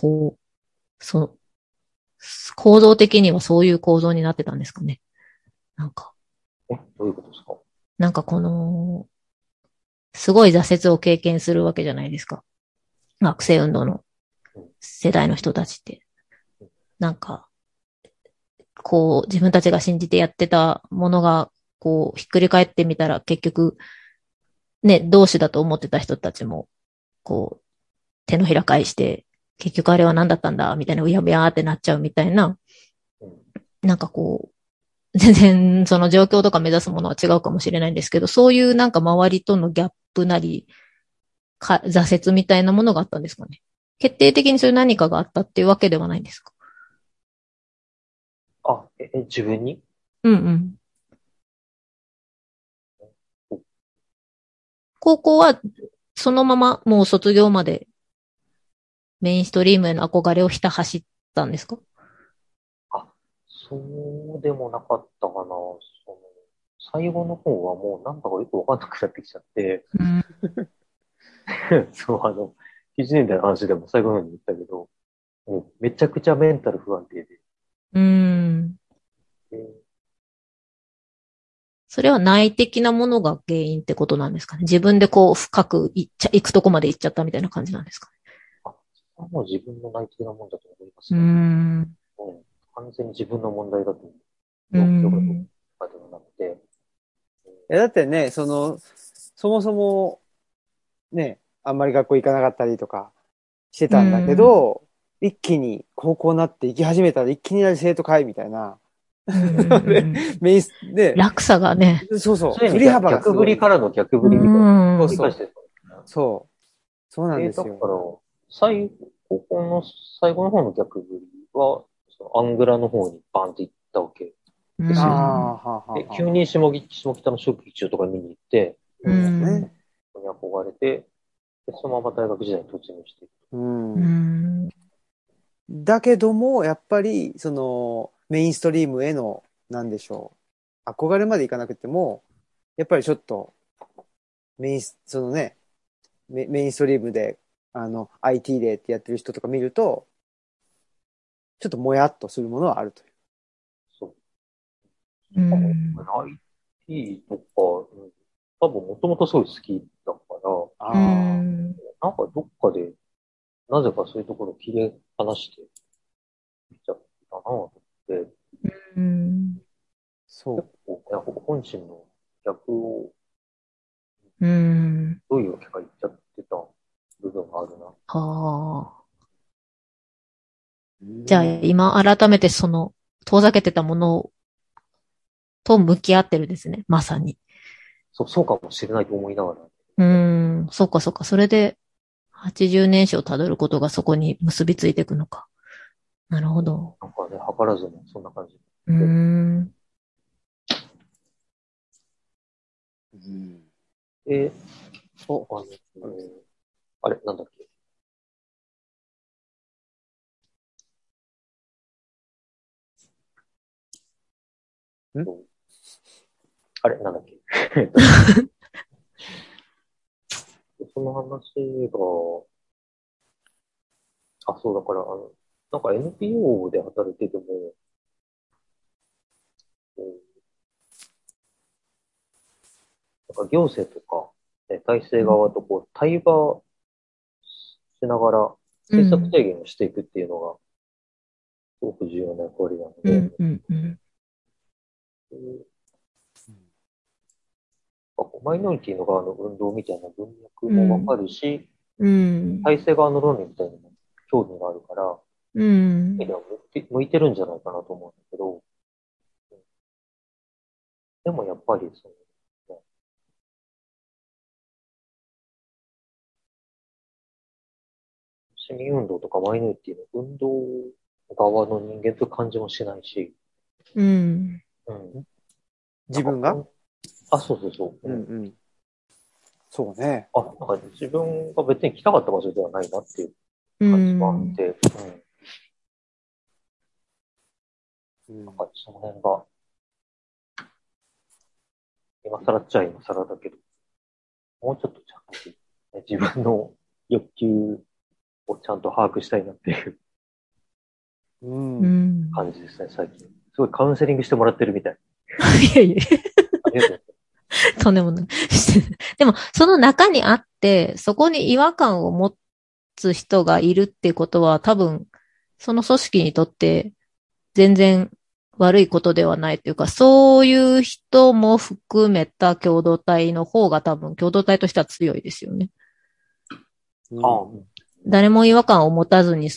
構造的にはそういう構造になってたんですかね。なんか、 どういうことですか？ なんかすごい挫折を経験するわけじゃないですか。学生運動のうん、 世代の人たちって。なんか、自分たちが信じてやってたものが、ひっくり返ってみたら結局、ね、同志だと思ってた人たちも、こう、手のひら返して、結局あれは何だったんだ、みたいな、うやむやーってなっちゃうみたいな、 うん、 なんか全然その状況とか目指すものは違うかもしれないんですけど、そういうなんか周りとのギャップなり、挫折みたいなものがあったんですかね。決定的にそういう何かがあったっていうわけではないんですか。 自分に？ うんうん。高校はそのままもう卒業までメインストリームへの憧れをひた走ったんですか？ あ、そうでもなかったかな。の、最後の方はもうなんだかよくわかんなくなってきちゃって、 うん。 そう、1年代の話でも最後の方に言ったけど、もうめちゃくちゃメンタル不安定で、 うん。 でそれは内的なものが原因ってことなんですかね。自分で深く行くとこまで行っちゃったみたいな感じなんですかそれはもう自分の内的なもんだと思いまね。うすね。 ん。 うん、完全に自分の問題だと思う。 う状況がどうん。 かではなくて、 あ。だってね、そもそも、ね、あんまり学校行かなかったりとかしてうたんだけん。 ど、一気に高校になって行き始めたら一気になり生徒会みたいな。 うん。うん。 で、 うん。 メインス、で、 落差がね。 そうそう、 ついに振り幅がすごい。 逆振りからの逆う振りみたいな、 ん。 そうそう。 繰り返してたんですね。 そう。そうなんですよ。 だから、高校の最後の方の逆振りは、そのアングラの方にバンって行ったわけうですよ。 ああ、 ん。 はあ、はあ、 で、 はあ。 急に下北の小劇場とか見に行って、 うそうだん。 ね。 そこに憧れて、で、そのまま大学時代に突入していく。 ううん。 ん。 だけども、やっぱり、メインストリームへの、なんでしょう。憧れまでいかなくても、やっぱりちょっと、メインス、そのね、 メインストリームで、IT でってやってる人とか見ると、ちょっともやっとするものはあるという。 そう。 うん。 IT とか、多分もともとすごい好きだから、 うああ。 ん。 なんかどっかで、なぜかそういうところを切り離して見ちゃったなと思って、 うん。 そ結構、本心の逆をうん。 どういうわけか言っちゃってた部分があるな。 はあ。 う。 じゃあ今改めて遠ざけてたものと向き合ってるですね。まさに。 そうかもしれないと思いながら。 そうかそうか。それで80年史をたどることがそこに結びついていくのか。なるほど。 なんかね、図らずもそんな感じうーで。 ん。 うん。 で、 お、 あれ、なんだっけ。 んあれ、なんだっけ。その話が、そうだから、なんか NPO で働いてても、なんか行政とか、体制側とこう対話しながら政策提言をしていくっていうのが、すごく重要な役割なので、 うんうんうん。 マイノリティの側の運動みたいな文脈もわかるし、 うん。 体制側の論理みたいなのも興味があるから、 うん。 では向いてるんじゃないかなと思うんだけど、でもやっぱりね、市民運動とかマイノリティの運動側の人間という感じもしないし、 うん。 うん。 自分がそうそうそう。 うんうん。そうね。 なんか自分が別に来たかった場所ではないなっていうう感じもあっん。 て、なんかその辺が、今更っちゃ今更だけど、もうちょっとちゃんと、ね、自分の欲求をちゃんと把握したいなっていうう。 感じですね、最近。すごいカウンセリングしてもらってるみたい。 いやいや、 ありがとうとんでもない。でも、その中にあって、そこに違和感を持つ人がいるってことは、多分、その組織にとって全然悪いことではないというか、そういう人も含めた共同体の方が多分、共同体としては強いですよね。誰も違和感を持たずに、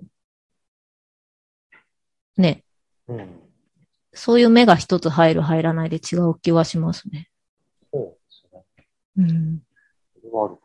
ね、 うん。 そういう目が一つ入る入らないで違う気はしますね。 そうですね。 うん。 それはある。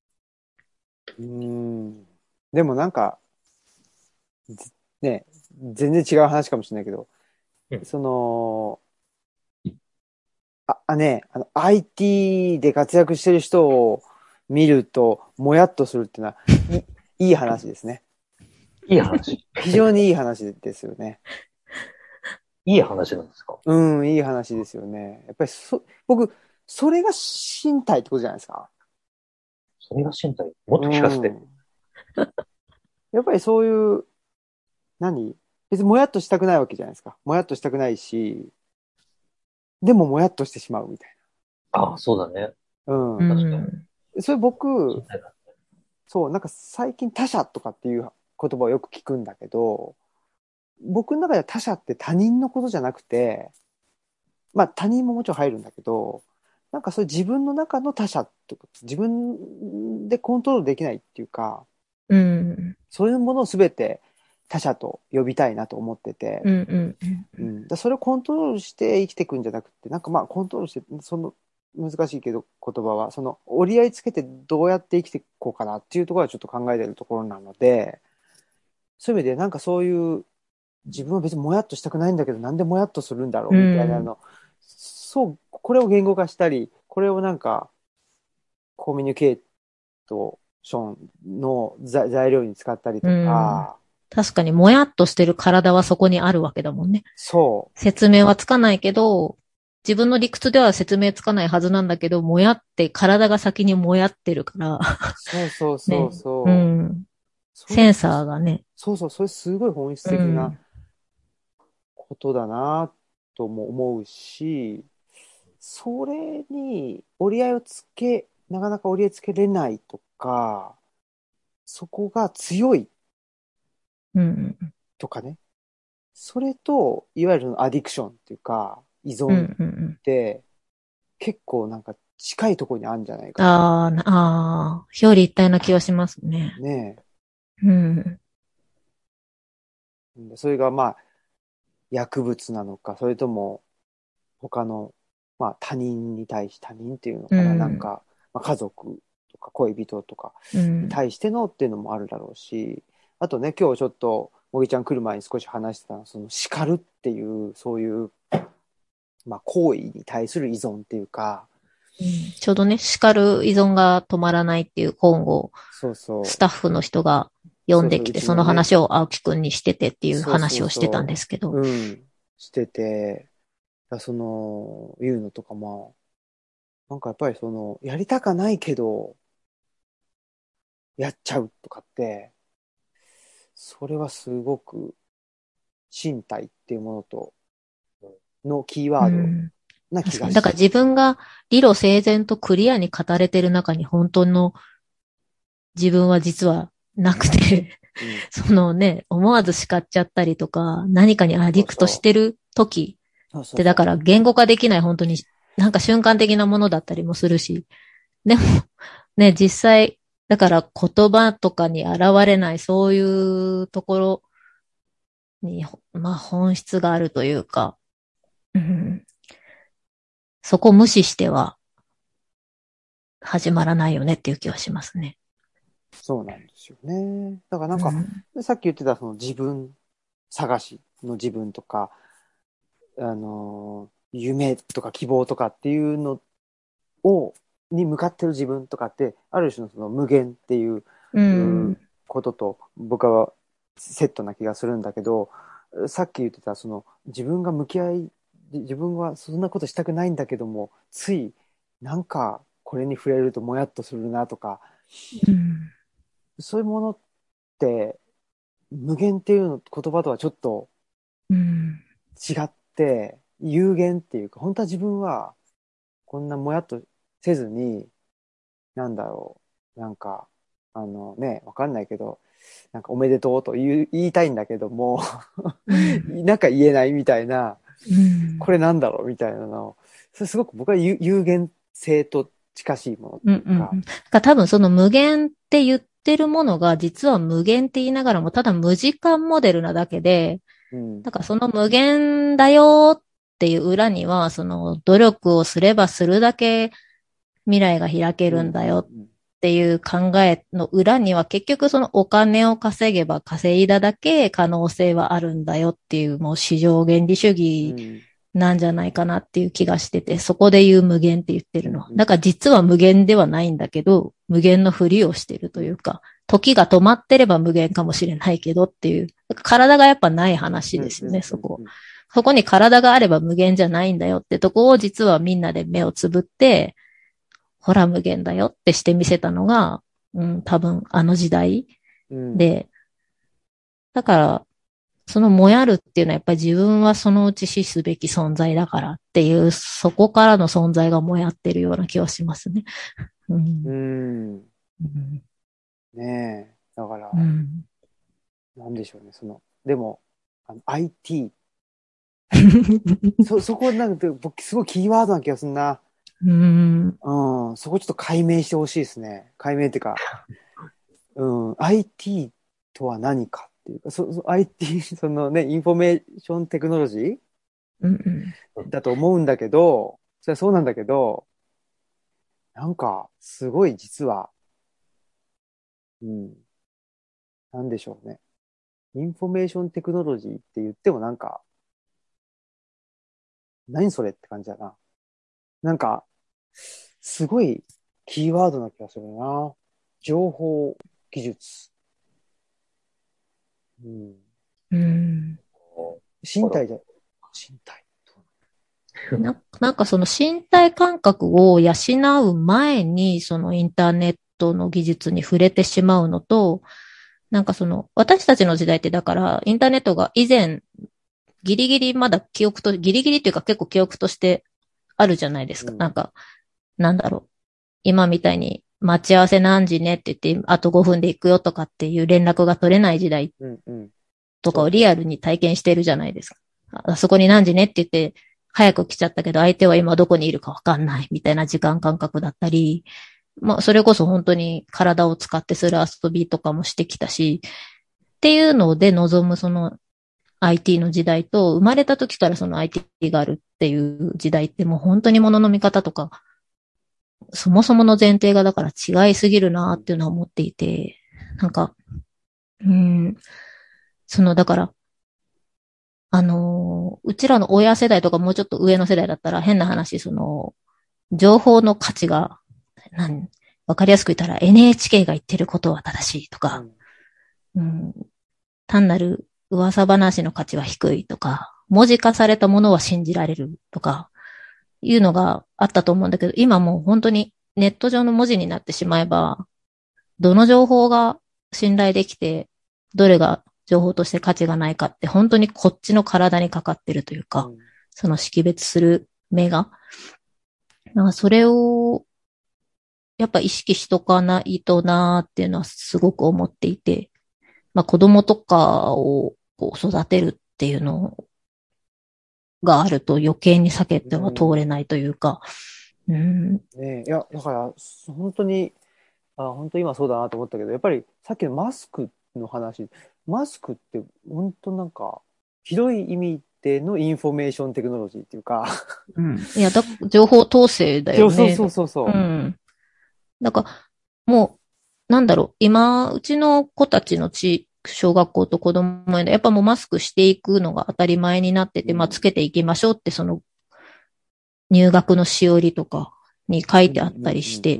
でもなんか、ね、全然違う話かもしれないけど、IT で活躍してる人を見ると、もやっとするっていうのは、いい話ですね。 いい話。 非常にいい話ですよね。 いい話なんですか？ いい話ですよね。やっぱり僕、それが身体ってことじゃないですか。 それが身体。もっと聞かせて。 やっぱりそういう、別にもやっとしたくないわけじゃないですか。もやっとしたくないし、でももやっとしてしまうみたいそうだね。 な。 う確かに。 ん。 それ僕、 身体だね。 そう、なんか最近他者とかっていう言葉をよく聞くんだけど、僕の中では他者って他人のことじゃなくて、まあ他人ももちろん入るんだけど、なんかそういう自分の中の他者とか、自分でコントロールできないっていうか、 うん。 そういうものをすべて他者と呼びたいなと思ってて、 うんうんそれをコントロールして生きていくんじゃなくて、なんかまあコントロールして、難しいけど言葉は、折り合いつけてどうやって生きていこうかなっていうところはちょっと考えてるところなので、そういう意味でなんかそういう自分は別にもやっとしたくないんだけど、なんでもやっとするんだろうみたいなの、これを言語化したり、これをなんかコミュニケーションの材料に使ったりとか、 確かにもやっとしてる体はそこにあるわけだもんね。 そう。 説明はつかないけど、 自分の理屈では説明つかないはずなんだけど、もやって、体が先にもやってるから、 そうそうそうね。 そう。 うん。 それ、 センサーがね。 そうそう、それすごい本質う的なん。 ことだなとも思うし、それに折り合いをつけ、なかなか折り合いつけれないとか、そこが強いうん。 とかね。それと、いわゆるアディクションっていうか、依うん。 存っうん。 て結構なんか近いところにあるんじゃないかな。 表裏一体な気はしますね。 ねうん。 え。それがまあ、薬物なのか、それとも他の、まあ他人に対し、他人っていうのうかな、なんん。 か、まあ、家族とか恋人とかにうん。 対してのっていうのもあるだろうし、あとね、今日ちょっと、もぎちゃん来る前に少し話してたのは、その叱るっていう、そういう、まあ行為に対する依存っていうか、 うん、ちょうどね、叱る依存が止まらないっていう本をそうそう、 スタッフの人が読そうそう、うんできて、そのちのね、 話を青木くんにしててっていうそうそう話をしてたんそですけど。 う、うん、してて、その、いうのとかも、なんかやっぱりその、やりたかないけど、やっちゃうとかって、それはすごく身体っていうものとのキーワードうん。 な気確かに。だからがし、 自分が理路整然とクリアに語れてる中に本当の自分は実はなくて、 うん、 そのね、思わず叱っちゃったりとか、何かにアディクトしそうそてる時う、 ってだから言語化できない本当になんか瞬間的なものだったりもするし、でもね、実際、だから言葉とかに現れないそういうところに、まあ本質があるというか、うん、そこを無視しては始まらないよねっていう気はしますね。 そうなんですよね。だからなんか、 うん、 さっき言ってたその自分探しの自分とか、夢とか希望とかっていうのを、に向かってる自分とかって、ある種のその無限っていう、 ううん、 ことと僕はセットな気がするんだけど、さっき言ってたその自分が向き合い、自分はそんなことしたくないんだけども、ついなんかこれに触れるともやっとするなとか、 うん、 そういうものって無限っていうの言葉とはちょっとうん、 違って有限っていうか、本当は自分はこんなもやっとせずに、なんだろう、なんか、わかんないけど、なんかおめでとうと言いたいんだけども、 うん、 なんか言えないみたいな、 うん、 これなんだろうみたいなのを、それすごく僕は有限性と近しいものっうん、うん。 ていうか、 だから多分その無限って言ってるものが実は無限って言いながらもただ無時間モデルなだけで、 うん、 だからその無限だよっていう裏には、その努力をすればするだけ未来が開けうん、うん、 るんだよっていう考えの裏には結局そのお金を稼げば稼いだだけ可能性はあるんだよっていうもう市場原理主義うん、 なんじゃないかなっていう気がしてて、そこで言う無限って言ってうん、 るの。 うん、 だから実は無限ではないんだけど、無限のふりをしてるというか、時が止まってれば無限かもしれないけどっていう、体がやっぱない話うん、うん、 ですよね、そこ。 うん、 そこに体があれば無限じゃないんだよってとこを実はみんなで目をつぶって、ほら無限だよってしてみせたのが、うん、多分あの時代うん、 で、だから、そのもやるっていうのはやっぱり自分はそのうち死すべき存在だからっていう、そこからの存在がもやってるような気はしますね。ううん。 ん、 うん。 ねえ、だから、 うん。 なんでしょうね、でも、IT、そこなんか、僕すごいキーワードな気がするな。 うん。 うん、そこちょっと解明してほしいですね。解明っていうか、うん、IT とは何かっていうか、IT、そのね、インフォメーションテクノロジーうん。 だと思うんだけど、それはそうなんだけど、なんか、すごい実は、うん、なんでしょうね。インフォメーションテクノロジーって言ってもなんか、何それって感じだな。なんか、すごいキーワードな気がするな。情報技術。うん、 うん。 身体じゃ、身体。 なんかその身体感覚を養う前に、そのインターネットの技術に触れてしまうのと、なんかその、私たちの時代ってだから、インターネットが以前、ギリギリまだ記憶と、ギリギリっていうか結構記憶としてあるじゃないですか。なんか、なんだろう。今みたいに待ち合わせ何時ねって言って、あと5分で行くよとかっていう連絡が取れない時代とかをリアルに体験してるじゃないですか。あそこに何時ねって言って、早く来ちゃったけど相手は今どこにいるかわかんないみたいな時間感覚だったり、まあそれこそ本当に体を使ってする遊びとかもしてきたし、っていうので望むその IT の時代と、生まれた時からその IT があるっていう時代ってもう本当に物の見方とか、そもそもの前提がだから違いすぎるなっていうのは思っていて、なんか、そのだから、うちらの親世代とかもうちょっと上の世代だったら変な話、その、情報の価値が、わかりやすく言ったら NHK が言ってることは正しいとか、単なる噂話の価値は低いとか、文字化されたものは信じられるとか、いうのがあったと思うんだけど、今もう本当にネット上の文字になってしまえば、どの情報が信頼できて、どれが情報として価値がないかって本当にこっちの体にかかってるというか、その識別する目が。なんかそれをやっぱ意識しとかないとなーっていうのはすごく思っていて、まあ子供とかをこう育てるっていうのがあると余計に避けては通れないというか、 ねえ、いや、だから、本当に、本当今そうだなと思ったけど、やっぱりさっきのマスクの話、マスクって本当なんか、広い意味でのインフォメーションテクノロジーっていうかいや、情報統制だよね。 そう。 だから、もう、なんだろう、今、うちの子たちの小学校と子供への、やっぱもうマスクしていくのが当たり前になってて、まあ、つけていきましょうって、その、入学のしおりとかに書いてあったりして、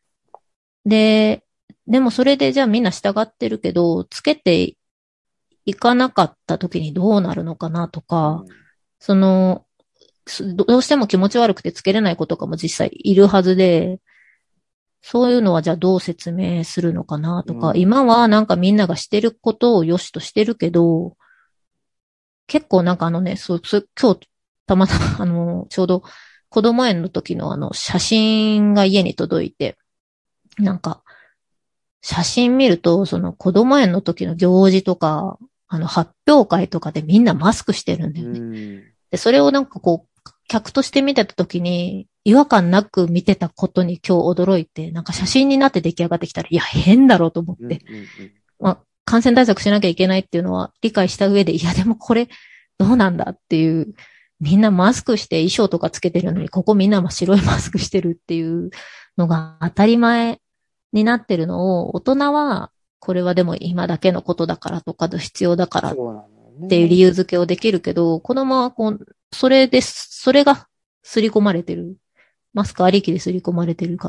でもそれでじゃあみんな従ってるけど、つけていかなかった時にどうなるのかなとか、その、どうしても気持ち悪くてつけれない子とかも実際いるはずで、そういうのはじゃあどう説明するのかなとか、今はなんかみんながしてることを良しとしてるけど、結構なんか今日たまたまちょうど子供園の時の写真が家に届いて、なんか、写真見ると、その子供園の時の行事とか、発表会とかでみんなマスクしてるんだよね。で、それをなんかこう、客として見てた時に、違和感なく見てたことに今日驚いて、なんか写真になって出来上がってきたら、いや、変だろうと思って。まあ、感染対策しなきゃいけないっていうのは理解した上で、いや、でもこれ、どうなんだっていう、みんなマスクして衣装とかつけてるのに、ここみんな白いマスクしてるっていうのが当たり前になってるのを、大人は、これはでも今だけのことだからとか、必要だからっていう理由付けをできるけど、子供はこう、それが刷り込まれてる。マスクありきで刷り込まれてるから、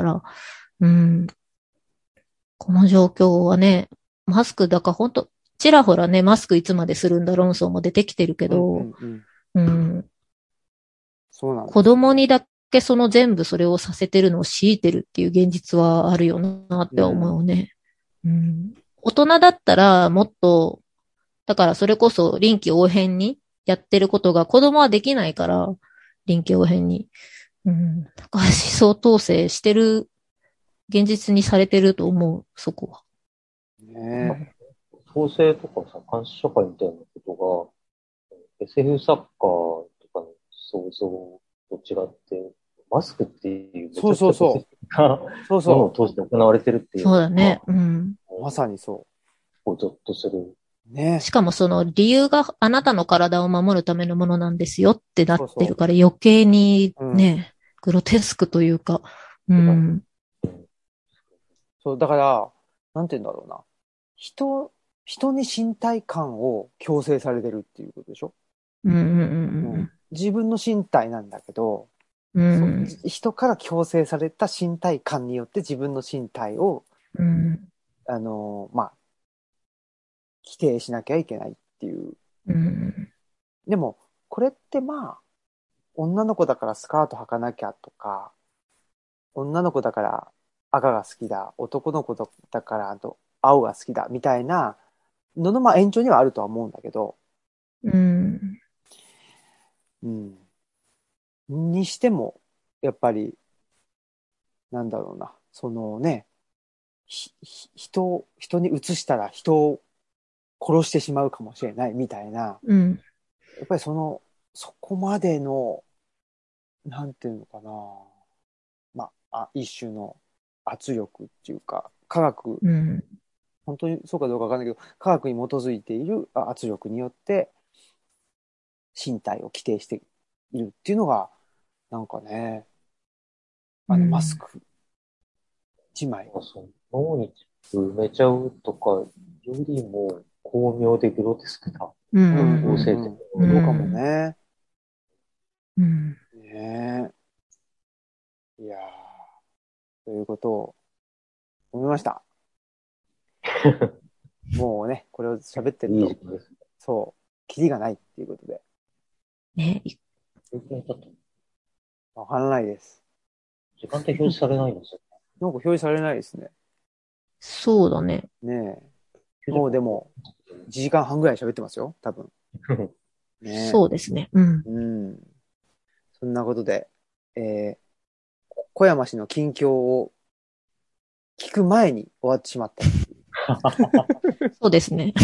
この状況はね、マスクだから本当ちらほらね、マスクいつまでするんだ論争も出てきてるけど、 そうなんです。 子供にだけその全部それをさせてるのを強いてるっていう現実はあるよなって思うね。大人だったらもっと、だからそれこそ臨機応変にやってることが子供はできないから、臨機応変に。だから思想統制してる、現実にされてると思う、そこは。 統制とかさ、監視社会みたいなことが、SF 作家とかの想像と違って、マスクっていうめちゃくちゃそうものを通して行われてるっていう。 そうだね。 まさにそう。 ゾッとする。 ね。 しかもその理由があなたの体を守るためのものなんですよってなってるから余計にね、グロテスクというか、 そう、だから、なんて言うんだろうな。人に身体感を強制されてるっていうことでしょ。自分の身体なんだけど、人から強制された身体感によって自分の身体を、まあ、規定しなきゃいけないっていう。でも、これってまあ、 女の子だからスカート履かなきゃとか、女の子だから赤が好きだ、男の子だから青が好きだ、みたいなのの、まあ延長にはあるとは思うんだけど、 うん。 うん。にしても、やっぱり、なんだろうな、そのね、人に移したら人を殺してしまうかもしれないみたいな、 うん。 やっぱりそこまでの、なんていうのかな、まあ、一種の圧力っていうか、 うん。 本当にそうかどうかわかんないけど、科学に基づいている圧力によって身体を規定しているっていうのが、なんかね、マスク一枚。 脳に埋めちゃうとかよりも巧妙でグロテスクなう合成ん。 的そうかもね。 うん。 ねえ。いやー、ということを思いました。もうね、これを喋ってると、 いい時間です。 そう、キリがないっていうことで、 ね。 わからないです。 時間って表示されないんですよ。 なんか表示されないですね。 そうだね。 ねえ。もうでも、1時間半ぐらい喋ってますよ、多分。ねそうですね。うん。 え。うん。そんなことで、小山氏の近況を聞く前に終わってしまったっていう。 そうですね。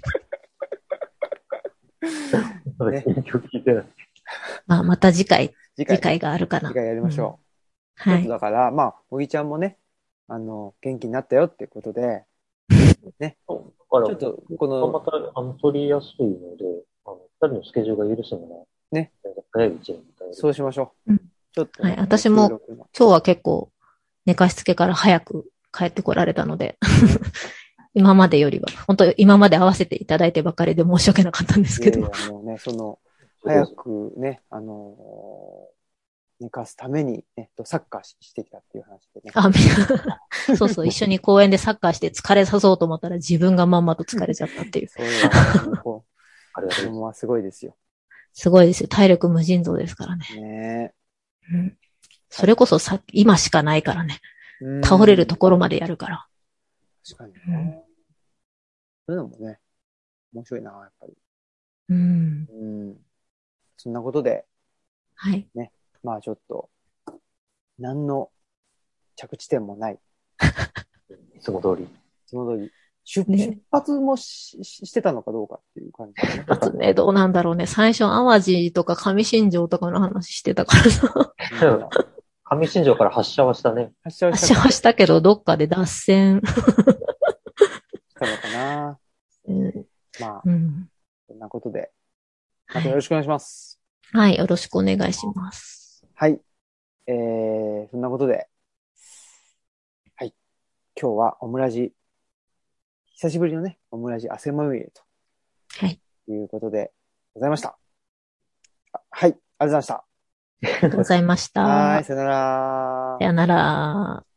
ね。 聞いてない。 まあ、また次回次回があるかな。 次回やりましょう。ちょっとはい。 だから、まあ、おぎちゃんもね、元気になったよっていうことで、ね。 そうだから、 ちょっと、この、 また、取りやすいので、二人のスケジュールが許すのは、 ね。 早いうちに伝える。 そうしましょう。 うん。 ちょっとね、 はい。私も今日は結構寝かしつけから早く帰ってこられたので、今までよりは、本当今まで合わせていただいてばかりで申し訳なかったんですけど。 いやいや、もうね、早くね、寝かすために、ね、サッカーしてきたっていう話でね。 あ、そうそう、一緒に公園でサッカーして疲れさそうと思ったら自分がまんまと疲れちゃったっていう。 そういうの子供はすごいですよ。 すごいですよ。体力無尽蔵ですからね。 ねうん、それこそ今しかないからね。倒れるところまでやるから。 確かにね。そういうのもね、面白いな、やっぱり。 うん。 そんなことで、 はい。 ね、まあちょっと、何の着地点もない。 いつも通り。 いつも通り。出発もしてたのかどうかっていう感じ、ね。 出発ね、どうなんだろうね。最初、淡路とか上新庄とかの話してたからさ。 上新庄から発射はしたね。 発射はしたけど、どっかで脱線。 したのかな。まあ、そんなことで、またよろしくお願いします。 はい、よろしくお願いします。 はい。そんなことで、はい。今日はオムラジ、久しぶりのね、オムラジ汗まみれと。 はい。 いうことでございました。はい。ありがとうございました。 ありがとうございました。 はい、さよなら。 さよなら。